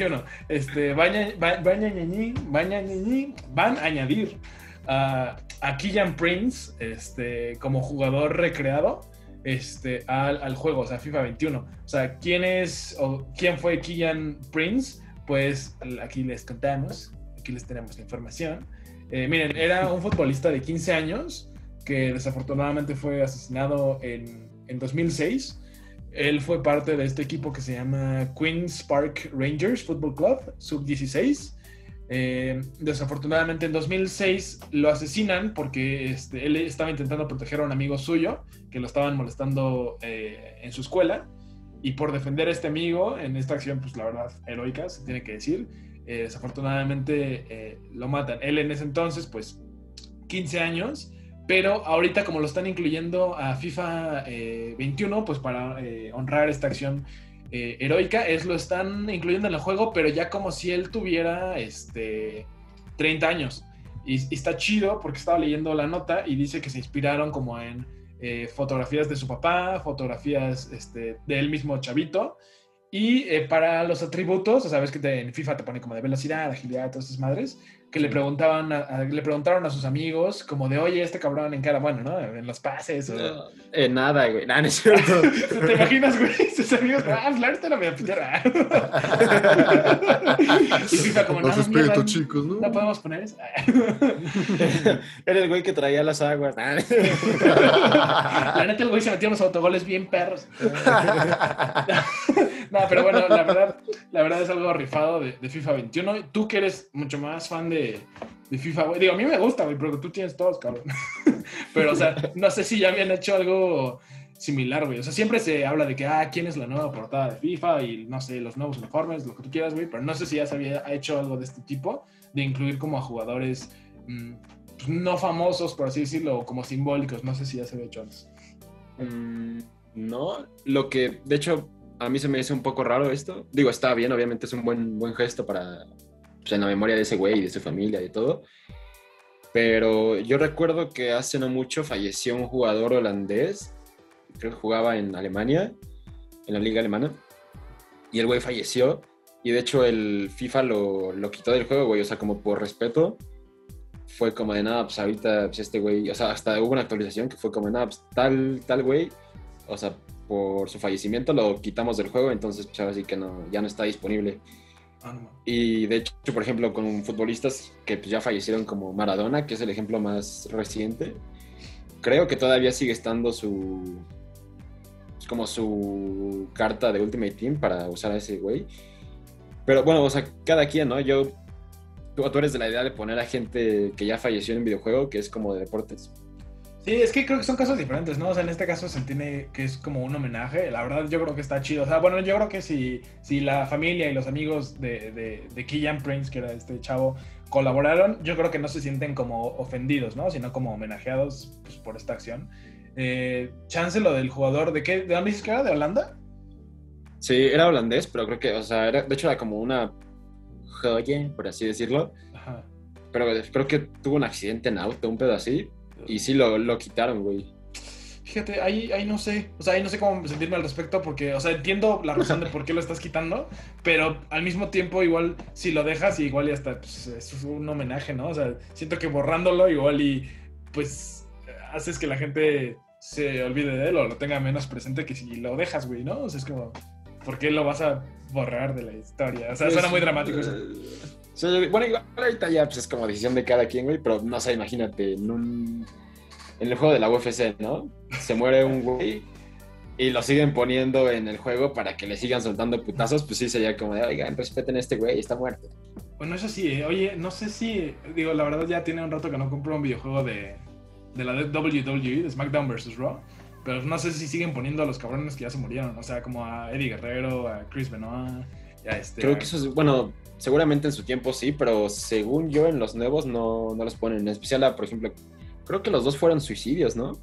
Van a añadir a Kylian Prince como jugador recreado al juego, o sea, FIFA 21. O sea, ¿quién fue Kylian Prince? Pues aquí les contamos, aquí les tenemos la información. Miren, era un futbolista de 15 años que desafortunadamente fue asesinado en 2006. Él fue parte de este equipo que se llama Queen's Park Rangers Football Club, sub-16. Desafortunadamente en 2006 lo asesinan porque él estaba intentando proteger a un amigo suyo que lo estaban molestando en su escuela, y por defender a este amigo en esta acción, pues la verdad, heroica, se tiene que decir, desafortunadamente lo matan. Él en ese entonces, pues 15 años, pero ahorita como lo están incluyendo a FIFA 21, pues para honrar esta acción heroica, lo están incluyendo en el juego, pero ya como si él tuviera 30 años. Y está chido porque estaba leyendo la nota y dice que se inspiraron como en fotografías de su papá, fotografías de él mismo chavito. Y para los atributos, o sea, ves que en FIFA te pone como de velocidad, agilidad, todas esas madres, que le preguntaron a sus amigos como de, oye, este cabrón en cara, bueno, ¿no? En los pases o... No, nada, güey, nada, no es cierto. ¿Te imaginas, güey? Sus amigos, pues ahorita no me voy a pillar. Y FIFA como, los espíritus chicos, ¿no? No podemos poner eso. Era el güey que traía las aguas. La neta, el güey se metió unos autogoles bien perros. No, pero bueno, la verdad es algo rifado de FIFA 21. Tú que eres mucho más fan de FIFA, güey. Digo, a mí me gusta, güey, pero tú tienes todos, cabrón. Pero, o sea, no sé si ya habían hecho algo similar, güey. O sea, siempre se habla de que, ¿quién es la nueva portada de FIFA? Y, no sé, los nuevos uniformes, lo que tú quieras, güey. Pero no sé si ya se había hecho algo de este tipo, de incluir como a jugadores pues, no famosos, por así decirlo, o como simbólicos. No sé si ya se había hecho antes. No, lo que, de hecho... A mí se me hace un poco raro esto. Digo, está bien, obviamente es un buen gesto para, pues, en la memoria de ese güey y de su familia y todo. Pero yo recuerdo que hace no mucho falleció un jugador holandés, creo que jugaba en Alemania, en la liga alemana, y el güey falleció. Y de hecho el FIFA lo quitó del juego, güey, o sea, como por respeto. Fue como de nada, pues ahorita pues, este güey, o sea, hasta hubo una actualización que fue como de nada, pues tal güey, o sea, por su fallecimiento lo quitamos del juego, entonces pues ahora sí que ya no está disponible. Y de hecho, por ejemplo, con futbolistas que pues, ya fallecieron como Maradona, que es el ejemplo más reciente, creo que todavía sigue estando su carta de Ultimate Team para usar a ese güey. Pero bueno, o sea, cada quien, ¿no? Tú eres de la idea de poner a gente que ya falleció en un videojuego, que es como de deportes. Sí, es que creo que son casos diferentes, ¿no? O sea, en este caso se entiende que es como un homenaje. La verdad, yo creo que está chido. O sea, bueno, yo creo que si la familia y los amigos de Killian Prince, que era este chavo, colaboraron, yo creo que no se sienten como ofendidos, ¿no? Sino como homenajeados pues, por esta acción. Chance lo del jugador, ¿de dónde dices que era? ¿De Holanda? Sí, era holandés, pero creo que, o sea, de hecho era como una joya, por así decirlo. Ajá. Pero creo que tuvo un accidente en auto, un pedo así. Y sí lo quitaron, güey. Fíjate, ahí no sé, o sea, ahí no sé cómo sentirme al respecto porque, o sea, entiendo la razón de por qué lo estás quitando, pero al mismo tiempo igual si lo dejas igual y hasta pues, es un homenaje, ¿no? O sea, siento que borrándolo igual y pues haces que la gente se olvide de él o lo tenga menos presente que si lo dejas, güey, ¿no? O sea, es como, ¿por qué lo vas a borrar de la historia? O sea, suena muy dramático eso. Sí, bueno, igual ahorita ya pues, es como decisión de cada quien, güey, pero no sé, imagínate, en el juego de la UFC, ¿no? Se muere un güey y lo siguen poniendo en el juego para que le sigan soltando putazos, pues sí sería como de, oigan, respeten a este güey, está muerto. Bueno, eso sí, oye, no sé si, digo, la verdad ya tiene un rato que no compro un videojuego de la WWE, de SmackDown vs. Raw, pero no sé si siguen poniendo a los cabrones que ya se murieron, o sea, como a Eddie Guerrero, a Chris Benoit, Creo que eso es, bueno, seguramente en su tiempo sí, pero según yo en los nuevos no los ponen, en especial por ejemplo, creo que los dos fueron suicidios, ¿no?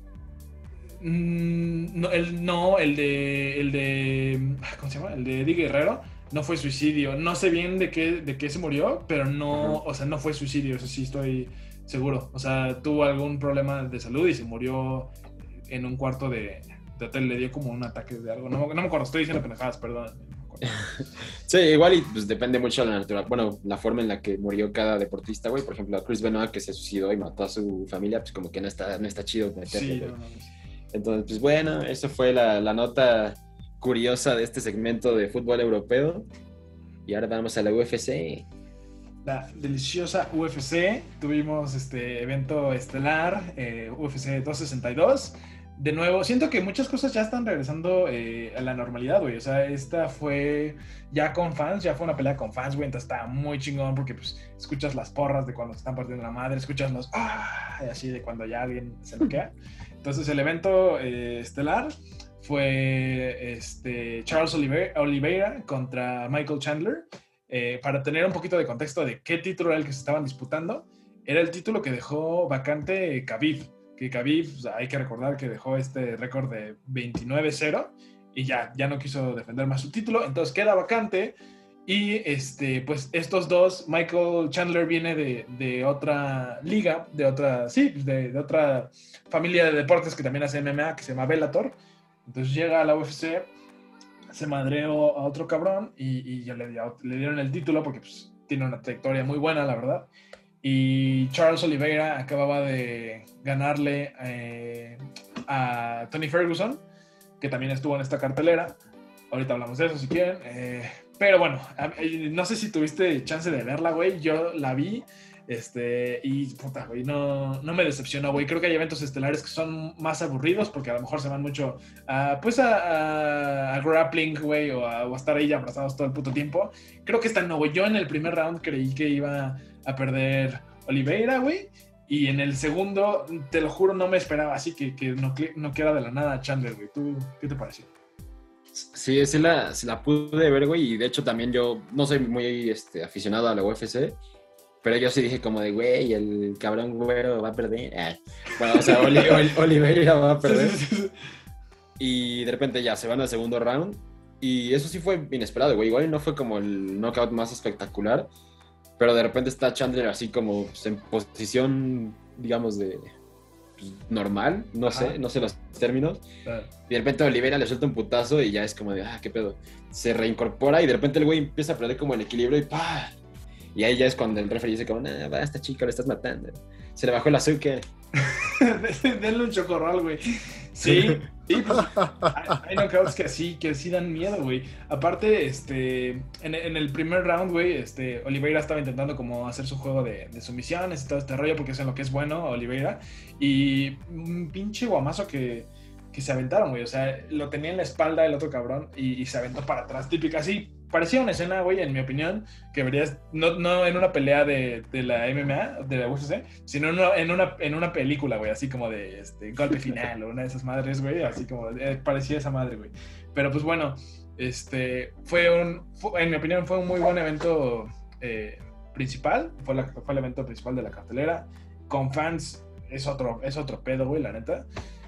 No, el de, ¿cómo se llama? El de Eddie Guerrero no fue suicidio. No sé bien de qué se murió, pero no, o sea, no fue suicidio, eso sí estoy seguro. O sea, tuvo algún problema de salud y se murió en un cuarto de hotel, le dio como un ataque de algo. No me acuerdo, estoy diciendo pendejadas, perdón. Sí, igual y pues depende mucho de la naturaleza, bueno, la forma en la que murió cada deportista, güey. Por ejemplo, a Chris Benoit que se suicidó y mató a su familia, pues como que no está chido meterle, Sí, güey. no. Entonces, pues bueno, eso fue la nota curiosa de este segmento de fútbol europeo. Y ahora vamos a la UFC. La deliciosa UFC, tuvimos este evento estelar, UFC 262. De nuevo, siento que muchas cosas ya están regresando a la normalidad, güey. O sea, esta fue ya con fans, ya fue una pelea con fans, güey. Entonces está muy chingón porque pues escuchas las porras de cuando se están partiendo la madre, escuchas los ¡ah! Y así de cuando ya alguien se noquea. Entonces el evento estelar fue Charles Oliveira contra Michael Chandler. Para tener un poquito de contexto de qué título era el que se estaban disputando, era el título que dejó vacante Khabib. Que Khabib, o sea, hay que recordar que dejó este récord de 29-0 y ya no quiso defender más su título, entonces queda vacante y pues estos dos, Michael Chandler viene de otra liga, de otra familia de deportes que también hace MMA, que se llama Bellator, entonces llega a la UFC, se madreó a otro cabrón y ya le dieron el título porque pues, tiene una trayectoria muy buena, la verdad. Y Charles Oliveira acababa de ganarle a Tony Ferguson, que también estuvo en esta cartelera. Ahorita hablamos de eso si quieren. Pero bueno, no sé si tuviste chance de verla, güey. Yo la vi. Y puta, güey, no me decepcionó, güey. Creo que hay eventos estelares que son más aburridos porque a lo mejor se van mucho a grappling, güey, o a estar ahí abrazados todo el puto tiempo. Creo que esta no, güey. Yo en el primer round creí que iba a perder Oliveira, güey. Y en el segundo, te lo juro, no me esperaba así que no queda de la nada a Chandler, güey. ¿Tú qué te pareció? Sí, sí la pude ver, güey. Y de hecho también yo no soy muy aficionado a la UFC. Pero yo sí dije como de, güey, el cabrón güero va a perder. Bueno, o sea, Oliveira va a perder. Y de repente ya se van al segundo round. Y eso sí fue inesperado, güey. Igual no fue como el knockout más espectacular. Pero de repente está Chandler así como pues, en posición, digamos, de pues, normal. No sé los términos. Y de repente Oliveira le suelta un putazo y ya es como de, qué pedo. Se reincorpora y de repente el güey empieza a perder como el equilibrio y ¡pah! Y ahí ya es cuando el referee dice como, va, esta chica le estás matando. Se le bajó el azúcar. Denle un chocorrol, güey. Sí, pues, hay knockouts que sí dan miedo, güey. Aparte, en el primer round, güey, Oliveira estaba intentando como hacer su juego de sumisiones y todo este rollo porque es en lo que es bueno, Oliveira. Y un pinche guamazo que se aventaron, güey. O sea, lo tenía en la espalda el otro cabrón y se aventó para atrás. Típica así, parecía una escena, güey, en mi opinión, que verías, no en una pelea de la MMA, de la UFC, sino en una película, güey, así como de golpe final o una de esas madres, güey, así como parecía esa madre, güey. Pero pues bueno, en mi opinión fue un muy buen evento principal, fue el evento principal de la cartelera, con fans es otro pedo, güey, la neta.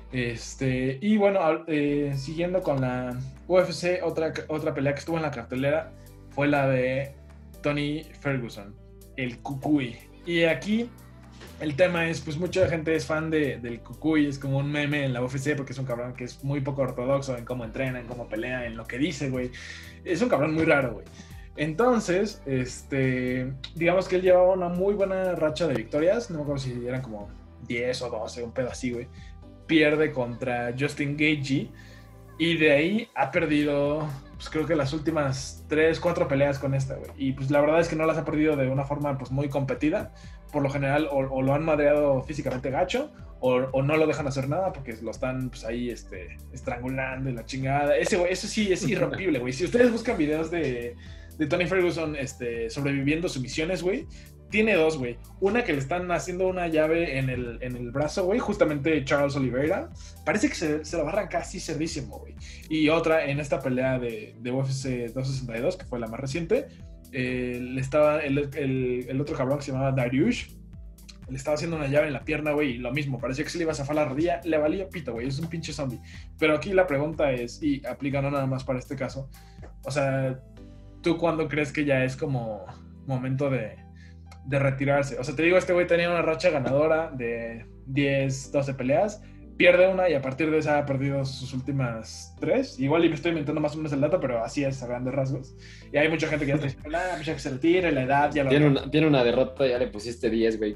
Y bueno, siguiendo con la UFC, otra pelea que estuvo en la cartelera fue la de Tony Ferguson, el Cucuy. Y aquí el tema es, pues mucha gente es fan del Cucuy, es como un meme en la UFC porque es un cabrón que es muy poco ortodoxo en cómo entrena, en cómo pelea, en lo que dice, güey. Es un cabrón muy raro, güey. Entonces, digamos que él llevaba una muy buena racha de victorias, no me acuerdo si eran como 10 o 12, un pedo así, güey. Pierde contra Justin Gaethje y de ahí ha perdido, pues creo que las últimas 3-4 peleas con esta, güey. Y pues la verdad es que no las ha perdido de una forma pues muy competida. Por lo general o lo han madreado físicamente gacho o no lo dejan hacer nada porque lo están pues ahí estrangulando y la chingada. Eso sí es irrompible, güey. Si ustedes buscan videos de Tony Ferguson sobreviviendo sumisiones, güey, tiene dos, güey. Una que le están haciendo una llave en el brazo, güey. Justamente Charles Oliveira. Parece que se la va a arrancar así cerdísimo, güey. Y otra en esta pelea de UFC 262, que fue la más reciente. El otro cabrón que se llamaba Dariush. Le estaba haciendo una llave en la pierna, güey. Y lo mismo. Parecía que se le iba a zafar la rodilla. Le valía pito, güey. Es un pinche zombie. Pero aquí la pregunta es, y aplica no nada más para este caso. O sea, ¿tú cuándo crees que ya es como momento de retirarse? O sea, te digo, este güey tenía una racha ganadora de 10, 12 peleas, pierde una y a partir de esa ha perdido sus últimas 3. Igual y me estoy inventando más o menos el dato, pero así es a grandes rasgos. Y hay mucha gente que ya está diciendo, pues ya que se retire, la edad ya lo... Tiene una derrota, ya le pusiste 10, güey.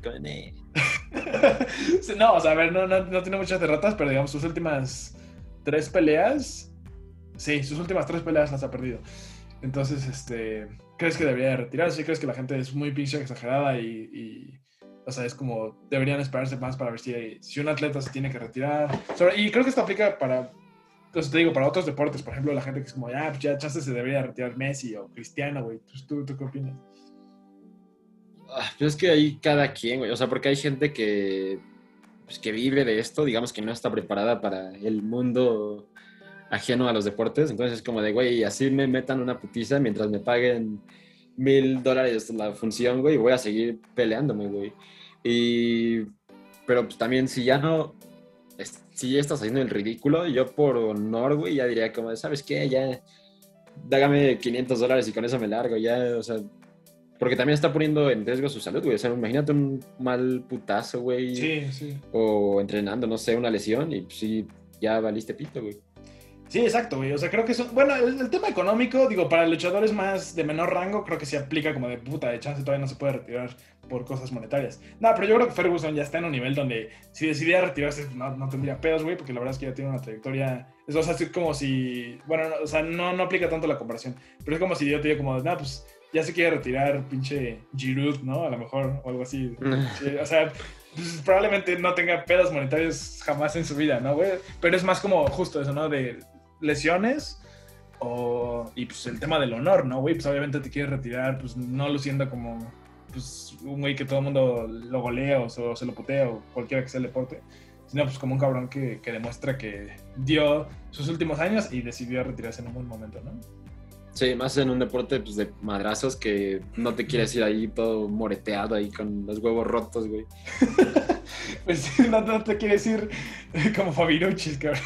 No, o sea, a ver, no tiene muchas derrotas, pero digamos, sus últimas 3 peleas, sí, sus últimas 3 peleas las ha perdido. Entonces, ¿crees que debería de retirarse? ¿Crees que la gente es muy pinche exagerada y o sea, es como deberían esperarse más para ver si un atleta se tiene que retirar? Y creo que esto aplica para, entonces te digo, para otros deportes. Por ejemplo, la gente que es como, pues ya chance se debería retirar Messi o Cristiano, güey. Pues, ¿tú qué opinas? Pues es que ahí cada quien, güey. O sea, porque hay gente que vive de esto, digamos que no está preparada para el mundo ajeno a los deportes, entonces es como de, güey, así me metan una putiza mientras me paguen $1,000 la función, güey, voy a seguir peleándome, güey. Pero pues también si ya estás haciendo el ridículo, yo por honor, güey, ya diría como, ¿sabes qué? Ya, dágame $500 y con eso me largo, ya, o sea, porque también está poniendo en riesgo su salud, güey. O sea, imagínate un mal putazo, güey. Sí. O entrenando, no sé, una lesión y pues sí, ya valiste pito, güey. Sí, exacto, güey. O sea, creo que eso... Bueno, el tema económico, digo, para luchadores más de menor rango, creo que se aplica como de puta, de chance todavía no se puede retirar por cosas monetarias. No, pero yo creo que Ferguson ya está en un nivel donde si decidiera retirarse no tendría pedos, güey, porque la verdad es que ya tiene una trayectoria... O sea, es como si... Bueno, no, o sea, no aplica tanto la comparación, pero es como si yo te digo como, pues ya se quiere retirar pinche Giroud, ¿no? A lo mejor, o algo así. Sí, o sea... Pues, probablemente no tenga pedos monetarios jamás en su vida, ¿no, güey? Pero es más como justo eso, ¿no? De lesiones y pues el tema del honor, ¿no, güey? Pues obviamente te quieres retirar, pues no luciendo como pues un güey que todo el mundo lo golea o se lo putea o cualquiera que sea el deporte, sino pues como un cabrón que demuestra que dio sus últimos años y decidió retirarse en un buen momento, ¿no? Sí, más en un deporte pues, de madrazos que no te quieres ir ahí todo moreteado ahí con los huevos rotos, güey. Pues no te quieres ir como Fabiruchis, cabrón.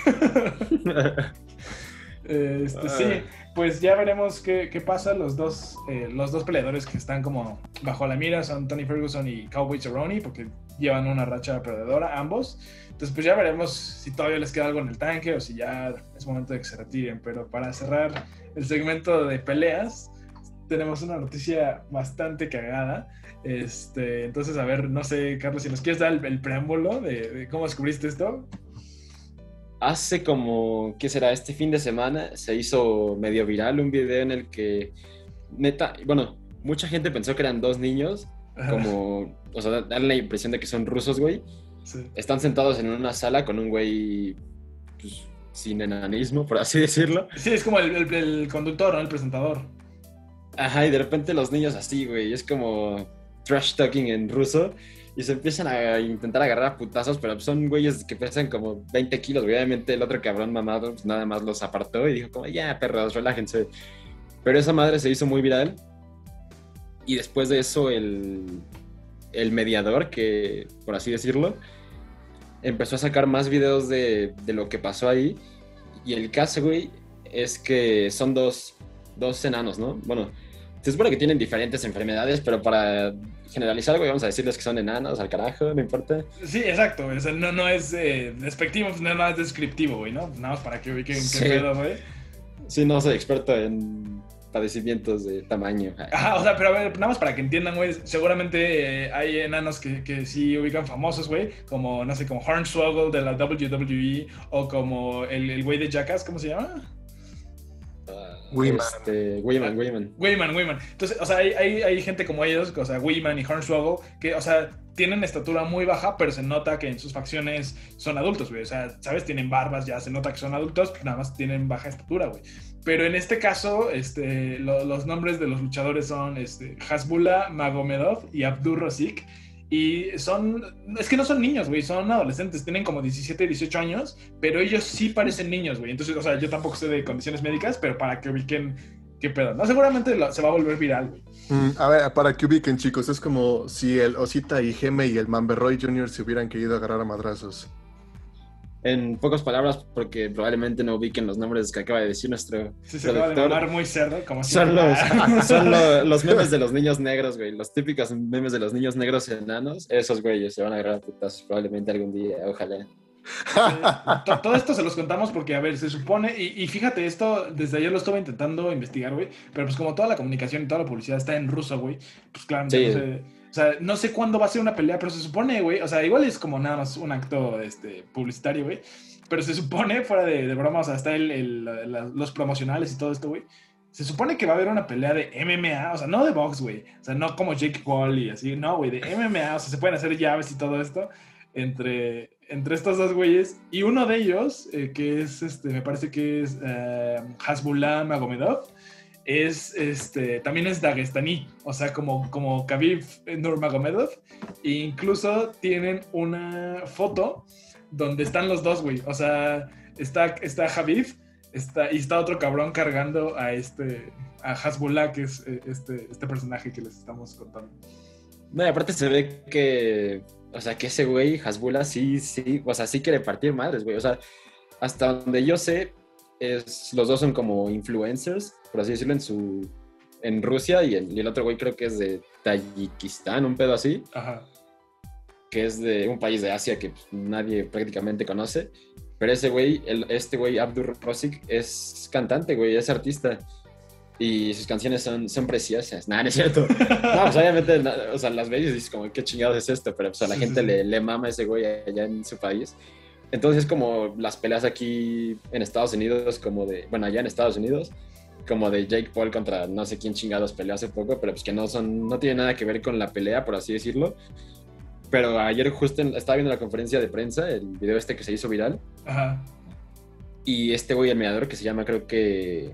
Sí, pues ya veremos qué pasa. Los dos peleadores que están como bajo la mira son Tony Ferguson y Cowboy Cerrone, porque llevan una racha perdedora ambos. Entonces pues ya veremos si todavía les queda algo en el tanque o si ya es momento de que se retiren. Pero para cerrar el segmento de peleas, tenemos una noticia bastante cagada. Entonces, a ver, no sé, Carlos, si nos quieres dar el preámbulo de cómo descubriste esto. Hace como, ¿qué será? Este fin de semana se hizo medio viral un video en el que, neta, bueno, mucha gente pensó que eran 2 niños, como, o sea, dan la impresión de que son rusos, güey. Sí. Están sentados en una sala con un güey, pues, sin enanismo, por así decirlo. Sí, es como el conductor, ¿no? El presentador. Ajá, y de repente los niños así, güey, es como trash talking en ruso y se empiezan a intentar agarrar a putazos, pero son güeyes que pesan como 20 kilos, güey. Obviamente el otro cabrón mamado pues nada más los apartó y dijo como, ya, perros, relájense. Pero esa madre se hizo muy viral y después de eso el mediador, que por así decirlo, empezó a sacar más videos de lo que pasó ahí. Y el caso, güey, es que son dos enanos, ¿no? Bueno, se supone que tienen diferentes enfermedades, pero para generalizar, güey, vamos a decirles que son enanos, al carajo, no importa. Sí, exacto, güey. O sea, no es despectivo, pues, no es más descriptivo, güey, ¿no? Nada más para que ubiquen Sí. qué pedo, güey. Sí, no soy experto en padecimientos de tamaño. Ajá, o sea, pero a ver, nada más para que entiendan, güey, seguramente hay enanos que sí ubican famosos, güey, como, no sé, como Hornswoggle de la WWE, o como el güey de Jackass, ¿cómo se llama? Wiman. Weyman. Entonces, o sea, hay gente como ellos, o sea, Weyman y Hornswoggle, que, o sea, tienen estatura muy baja, pero se nota que en sus facciones son adultos, güey. O sea, ¿sabes? Tienen barbas, ya se nota que son adultos, nada más tienen baja estatura, güey. Pero en este caso, los nombres de los luchadores son Hasbullah Magomedov y Abdur Rosik. Y es que no son niños, güey, son adolescentes, tienen como 17, 18 años, pero ellos sí parecen niños, güey. Entonces, o sea, yo tampoco sé de condiciones médicas, pero para que ubiquen qué pedo. No, seguramente se va a volver viral, güey. A ver, para que ubiquen, chicos, es como si el Osita y Geme y el Mamberroy Jr. se hubieran querido agarrar a madrazos. En pocas palabras, porque probablemente no ubiquen los nombres que acaba de decir nuestro Sí, se acaba de productor. llamar muy cerdo, como Son siempre. los memes de los niños negros, güey. Los típicos memes de los niños negros enanos. Esos güeyes se van a agarrar a putazos probablemente algún día, ojalá. Todo esto se los contamos porque, a ver, se supone, y fíjate, esto desde ayer lo estuve intentando investigar, güey, pero pues como toda la comunicación y toda la publicidad está en ruso, güey, pues claro, Sí. no sé, o sea, no sé cuándo va a ser una pelea, pero se supone, güey, o sea, igual es como nada más un acto publicitario, güey, pero se supone, fuera de broma, o sea, está los promocionales y todo esto, güey. Se supone que va a haber una pelea de MMA, o sea, no de box, güey. O sea, no como Jake Paul y así, no, güey, de MMA, o sea, se pueden hacer llaves y todo esto entre estos dos güeyes. Y uno de ellos, que es, me parece que es Hasbullah Magomedov, también es dagestaní, o sea, como Khabib Nurmagomedov. E incluso tienen una foto donde están los dos, güey. O sea, está Khabib, y está otro cabrón cargando a Hasbullah, que es este personaje que les estamos contando. No, y aparte se ve que, o sea, que ese güey, Hasbullah, sí, o sea, sí quiere partir madres, güey. O sea, hasta donde yo sé, los dos son como influencers, por así decirlo, en Rusia, y el otro güey creo que es de Tayikistán, un pedo así. Ajá. Que es de un país de Asia que pues, nadie prácticamente conoce. Pero ese güey, este güey, Abdur Rosik, es cantante, güey, es artista. Y sus canciones son preciosas. Nada, no es cierto. No, pues obviamente, o sea, las ves y dices como, ¿qué chingados es esto? Pero pues a la gente le mama a ese güey allá en su país. Entonces es como las peleas aquí en Estados Unidos, bueno, allá en Estados Unidos, como de Jake Paul contra no sé quién chingados peleó hace poco, pero pues que no tiene nada que ver con la pelea, por así decirlo. Pero ayer justo estaba viendo la conferencia de prensa, el video que se hizo viral. Ajá. Y este güey, el mediador, que se llama, creo que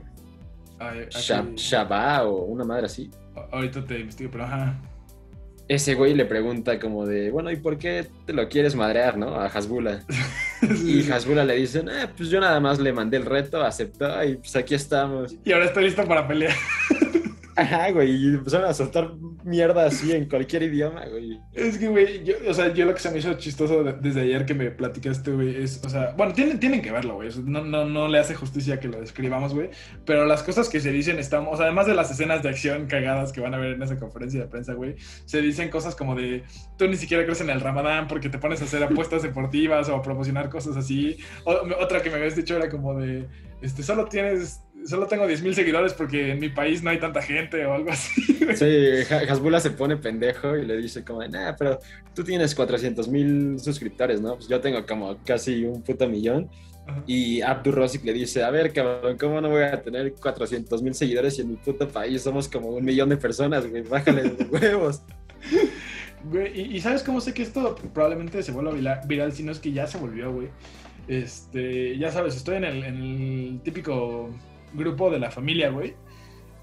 Shabá o una madre así. Ahorita te investigo, pero ajá. Ese güey le pregunta como de, bueno, ¿y por qué te lo quieres madrear, no? A Hasbullah. Y Hasbullah le dice, pues yo nada más le mandé el reto, aceptó y pues aquí estamos. Y ahora estoy listo para pelear. Ajá, güey, y empezaron a soltar mierda así en cualquier idioma, güey. Es que, güey, yo lo que se me hizo chistoso desde ayer que me platicaste, güey, es, o sea, bueno, tienen que verlo, güey, no le hace justicia que lo describamos, güey, pero las cosas que se dicen están, o sea, además de las escenas de acción cagadas que van a ver en esa conferencia de prensa, güey, se dicen cosas como de, tú ni siquiera crees en el Ramadán porque te pones a hacer apuestas deportivas o a promocionar cosas así. Otra que me habías dicho era como de, solo tengo 10,000 seguidores porque en mi país no hay tanta gente o algo así. Sí, Hasbullah se pone pendejo y le dice como, pero tú tienes 400,000 suscriptores, ¿no? Pues yo tengo como casi un puto millón. Ajá. Y Abdur Rosik le dice, a ver, cabrón, ¿cómo no voy a tener 400,000 seguidores y en mi puto país somos como 1 millón de personas, güey? Bájale los huevos. Güey, ¿y sabes cómo sé que esto probablemente se vuelva viral? Si no es que ya se volvió, güey. Ya sabes, estoy en el típico grupo de la familia, güey.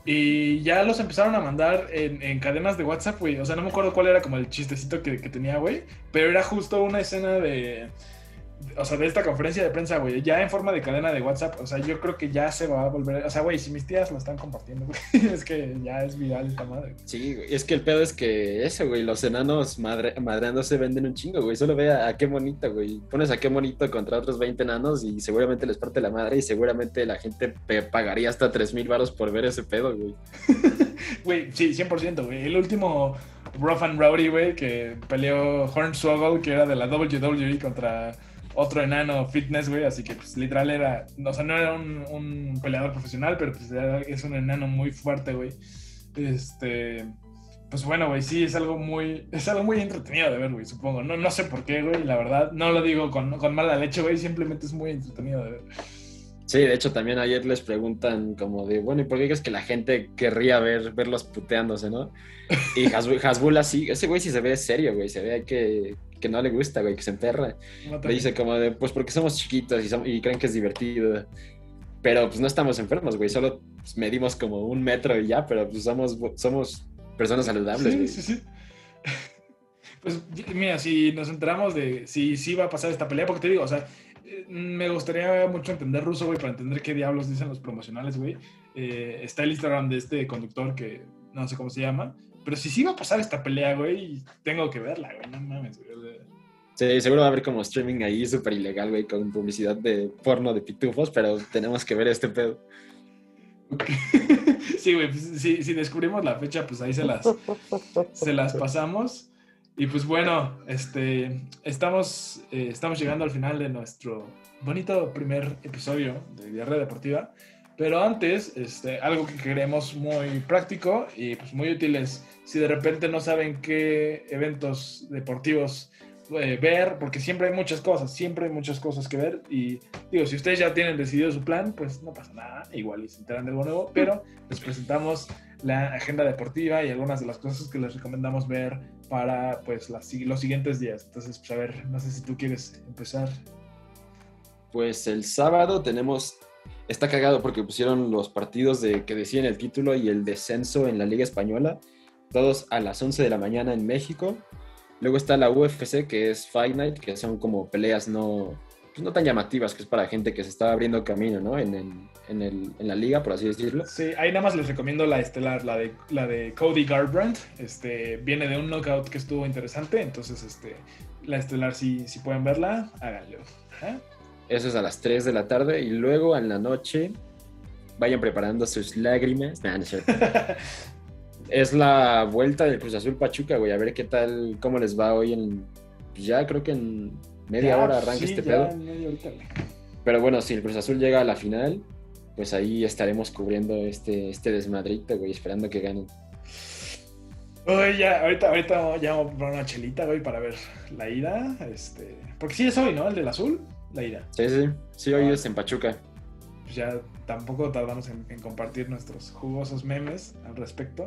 Y ya los empezaron a mandar en cadenas de WhatsApp, güey. O sea, no me acuerdo cuál era como el chistecito que tenía, güey. Pero era justo una escena o sea, de esta conferencia de prensa, güey, ya en forma de cadena de WhatsApp. O sea, yo creo que ya se va a volver. O sea, güey, si mis tías lo están compartiendo, güey, es que ya es viral esta madre. Sí, güey, es que el pedo es que eso, güey, los enanos madreándose venden un chingo, güey. Solo ve a qué bonito, güey. Pones a qué bonito contra otros 20 enanos y seguramente les parte la madre y seguramente la gente pagaría hasta 3,000 varos por ver ese pedo, güey. Güey, sí, 100%, güey. El último Rough and Rowdy, güey, que peleó Hornswoggle, que era de la WWE contra otro enano fitness, güey, así que pues literal era, o sea, no era un peleador profesional, pero pues es un enano muy fuerte, güey. Pues bueno, güey, sí, es algo muy entretenido de ver, güey, supongo. No sé por qué, güey, la verdad, no lo digo con mala leche, güey, simplemente es muy entretenido de ver. Sí, de hecho también ayer les preguntan como de, bueno, ¿y por qué crees que la gente querría verlos puteándose, no? Y Hasbulla así, ese güey sí se ve serio, güey, se ve que no le gusta, güey, que se emperra. Le dice como de, pues porque somos chiquitos y creen que es divertido. Pero pues no estamos enfermos, güey, solo pues, medimos como 1 metro y ya, pero pues somos personas saludables, güey. Sí. Pues mira, si nos enteramos de si sí va a pasar esta pelea, porque te digo, o sea, me gustaría mucho entender ruso, güey, para entender qué diablos dicen los promocionales, güey. Está el Instagram de este conductor que no sé cómo se llama, pero si sí va a pasar esta pelea, güey, tengo que verla, güey, no mames, güey. Sí, seguro va a haber como streaming ahí súper ilegal, güey, con publicidad de porno de pitufos, pero tenemos que ver este pedo. Sí, güey, pues, si descubrimos la fecha, pues ahí se las pasamos. Y pues bueno, estamos llegando al final de nuestro bonito primer episodio de Diarrea Deportiva. Pero antes, algo que queremos muy práctico y pues muy útil es si de repente no saben qué eventos deportivos ver, porque siempre hay muchas cosas que ver. Y digo, si ustedes ya tienen decidido su plan, pues no pasa nada, igual y se enteran de algo nuevo, pero les presentamos la agenda deportiva y algunas de las cosas que les recomendamos ver para pues los siguientes días. Entonces, pues a ver, no sé si tú quieres empezar. Pues el sábado está cagado porque pusieron los partidos que deciden el título y el descenso en la Liga Española, todos a las 11 de la mañana en México. Luego está la UFC, que es Fight Night, que son como peleas no tan llamativas, que es para gente que se está abriendo camino, ¿no? En la liga, por así decirlo. Sí, ahí nada más les recomiendo la estelar, la de Cody Garbrandt. Viene de un knockout que estuvo interesante, entonces la estelar, si pueden verla, háganlo. ¿Eh? Eso es a las 3 de la tarde y luego en la noche vayan preparando sus lágrimas. Nah, no es cierto. Es la vuelta del Cruz Azul Pachuca, güey. A ver qué tal, cómo les va hoy ya creo que en media hora arranca este pedo. Pero bueno, si el Cruz Azul llega a la final, pues ahí estaremos cubriendo este desmadrito, güey, esperando que ganen. Uy, ya, ahorita ya vamos a comprar una chelita, güey, para ver la ida. Porque sí es hoy, ¿no? El del azul, la ida. Sí, hoy es en Pachuca. Pues ya tampoco tardamos en compartir nuestros jugosos memes al respecto.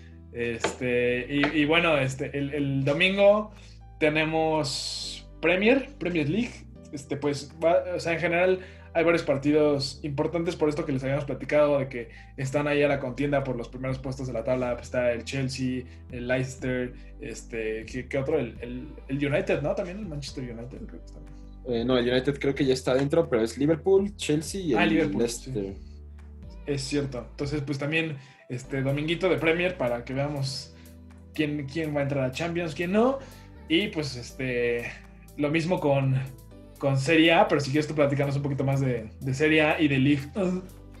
Y bueno, el domingo tenemos Premier League. Pues o sea, en general hay varios partidos importantes por esto que les habíamos platicado, de que están ahí a la contienda por los primeros puestos de la tabla. Pues está el Chelsea, el Leicester, ¿qué otro? El United, ¿no? También el Manchester United, creo que está. No, el United creo que ya está dentro, pero es Liverpool, Chelsea y el Liverpool, Leicester. Sí. Es cierto. Entonces, pues también dominguito de Premier para que veamos quién va a entrar a Champions, quién no. Y pues lo mismo con Serie A, pero si quieres tú platicarnos un poquito más de Serie A y de Ligue 1.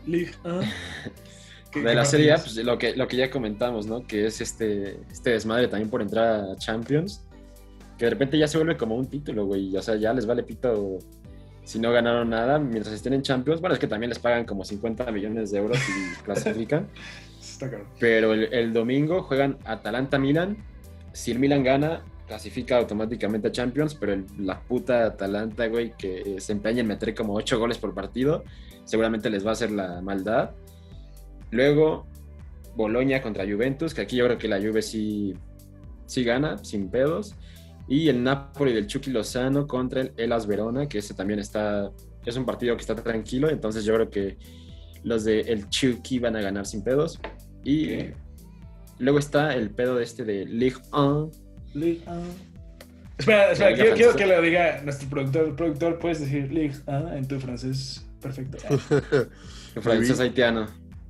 De la Serie A, pues lo que ya comentamos, ¿no? Que es este desmadre también por entrar a Champions, que de repente ya se vuelve como un título, güey. O sea, ya les vale pito si no ganaron nada mientras estén en Champions. Bueno, es que también les pagan como 50 millones de euros y clasifican. Está claro. Pero el domingo juegan Atalanta-Milan. Si el Milan gana, clasifica automáticamente a Champions, pero la puta Atalanta, güey, que se empeña en meter como 8 goles por partido, seguramente les va a hacer la maldad. Luego, Boloña contra Juventus, que aquí yo creo que la Juve sí gana, sin pedos. Y el Napoli del Chucky Lozano contra el Hellas Verona, que ese también es un partido que está tranquilo, entonces yo creo que los del Chucky van a ganar sin pedos. Y Ok. luego está el pedo de Ligue 1. Espera, La Liga quiero Francesa. que lo diga nuestro productor. Productor, puedes decir Ligue 1 en tu francés. Perfecto. El francés haitiano.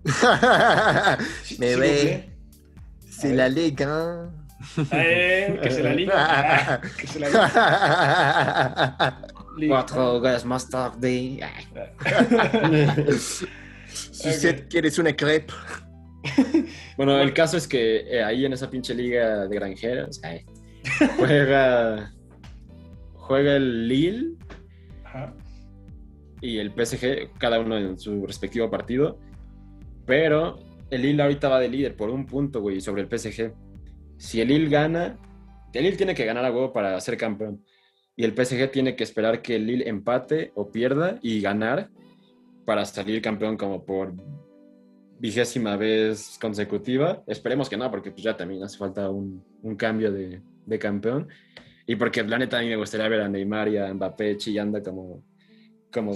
Me S'il vous ve. plaît. C'est la liga. Que se la liga. Que se la liga. Ligue 4 1. horas más tarde. Si usted quieres una crepe. Bueno, el caso es que ahí en esa pinche liga de granjeros juega el Lille Ajá. y el PSG, cada uno en su respectivo partido. Pero el Lille ahorita va de líder por 1 punto, güey, sobre el PSG. Si el Lille gana, el Lille tiene que ganar a huevo para ser campeón. Y el PSG tiene que esperar que el Lille empate o pierda y ganar para salir campeón como por 20ª vez consecutiva. Esperemos que no, porque pues ya también hace falta un cambio de campeón. Y porque la neta a mí me gustaría ver a Neymar y a Mbappé chillando como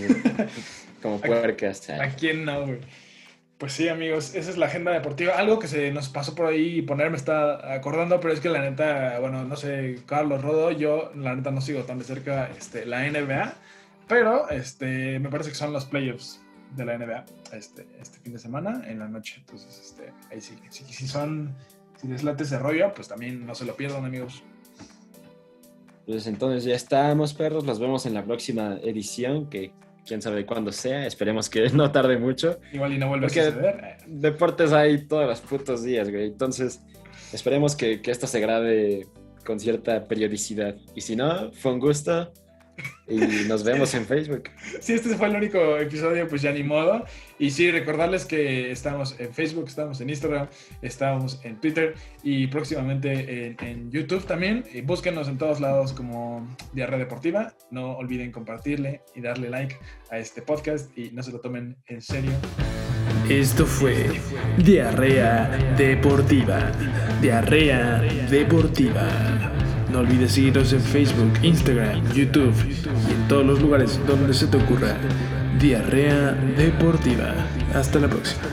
puercas. ¿A quién no, güey? Pues sí, amigos, esa es la agenda deportiva. Algo que se nos pasó por ahí poner, me está acordando, pero es que la neta, bueno, no sé, Carlos Rodo, yo la neta no sigo tan de cerca la NBA, pero me parece que son los playoffs de la NBA este fin de semana, en la noche. Entonces, ahí sí, si les late ese rollo, pues también no se lo pierdan, amigos. Pues entonces ya estamos, perros. Los vemos en la próxima edición, que quién sabe cuándo sea. Esperemos que no tarde mucho. Igual y no vuelve a Porque suceder. deportes hay todos los putos días, güey. Entonces, esperemos que esto se grabe con cierta periodicidad. Y si no, fue un gusto. Y nos vemos en Facebook. Si este fue el único episodio, pues ya ni modo. Y sí, recordarles que estamos en Facebook, estamos en Instagram, estamos en Twitter y próximamente en YouTube también. Y búsquenos en todos lados como Diarrea Deportiva. No olviden compartirle y darle like a este podcast y no se lo tomen en serio. Esto fue Diarrea Deportiva. Diarrea Deportiva. No olvides seguirnos en Facebook, Instagram, YouTube y en todos los lugares donde se te ocurra. Diarrea Deportiva. Hasta la próxima.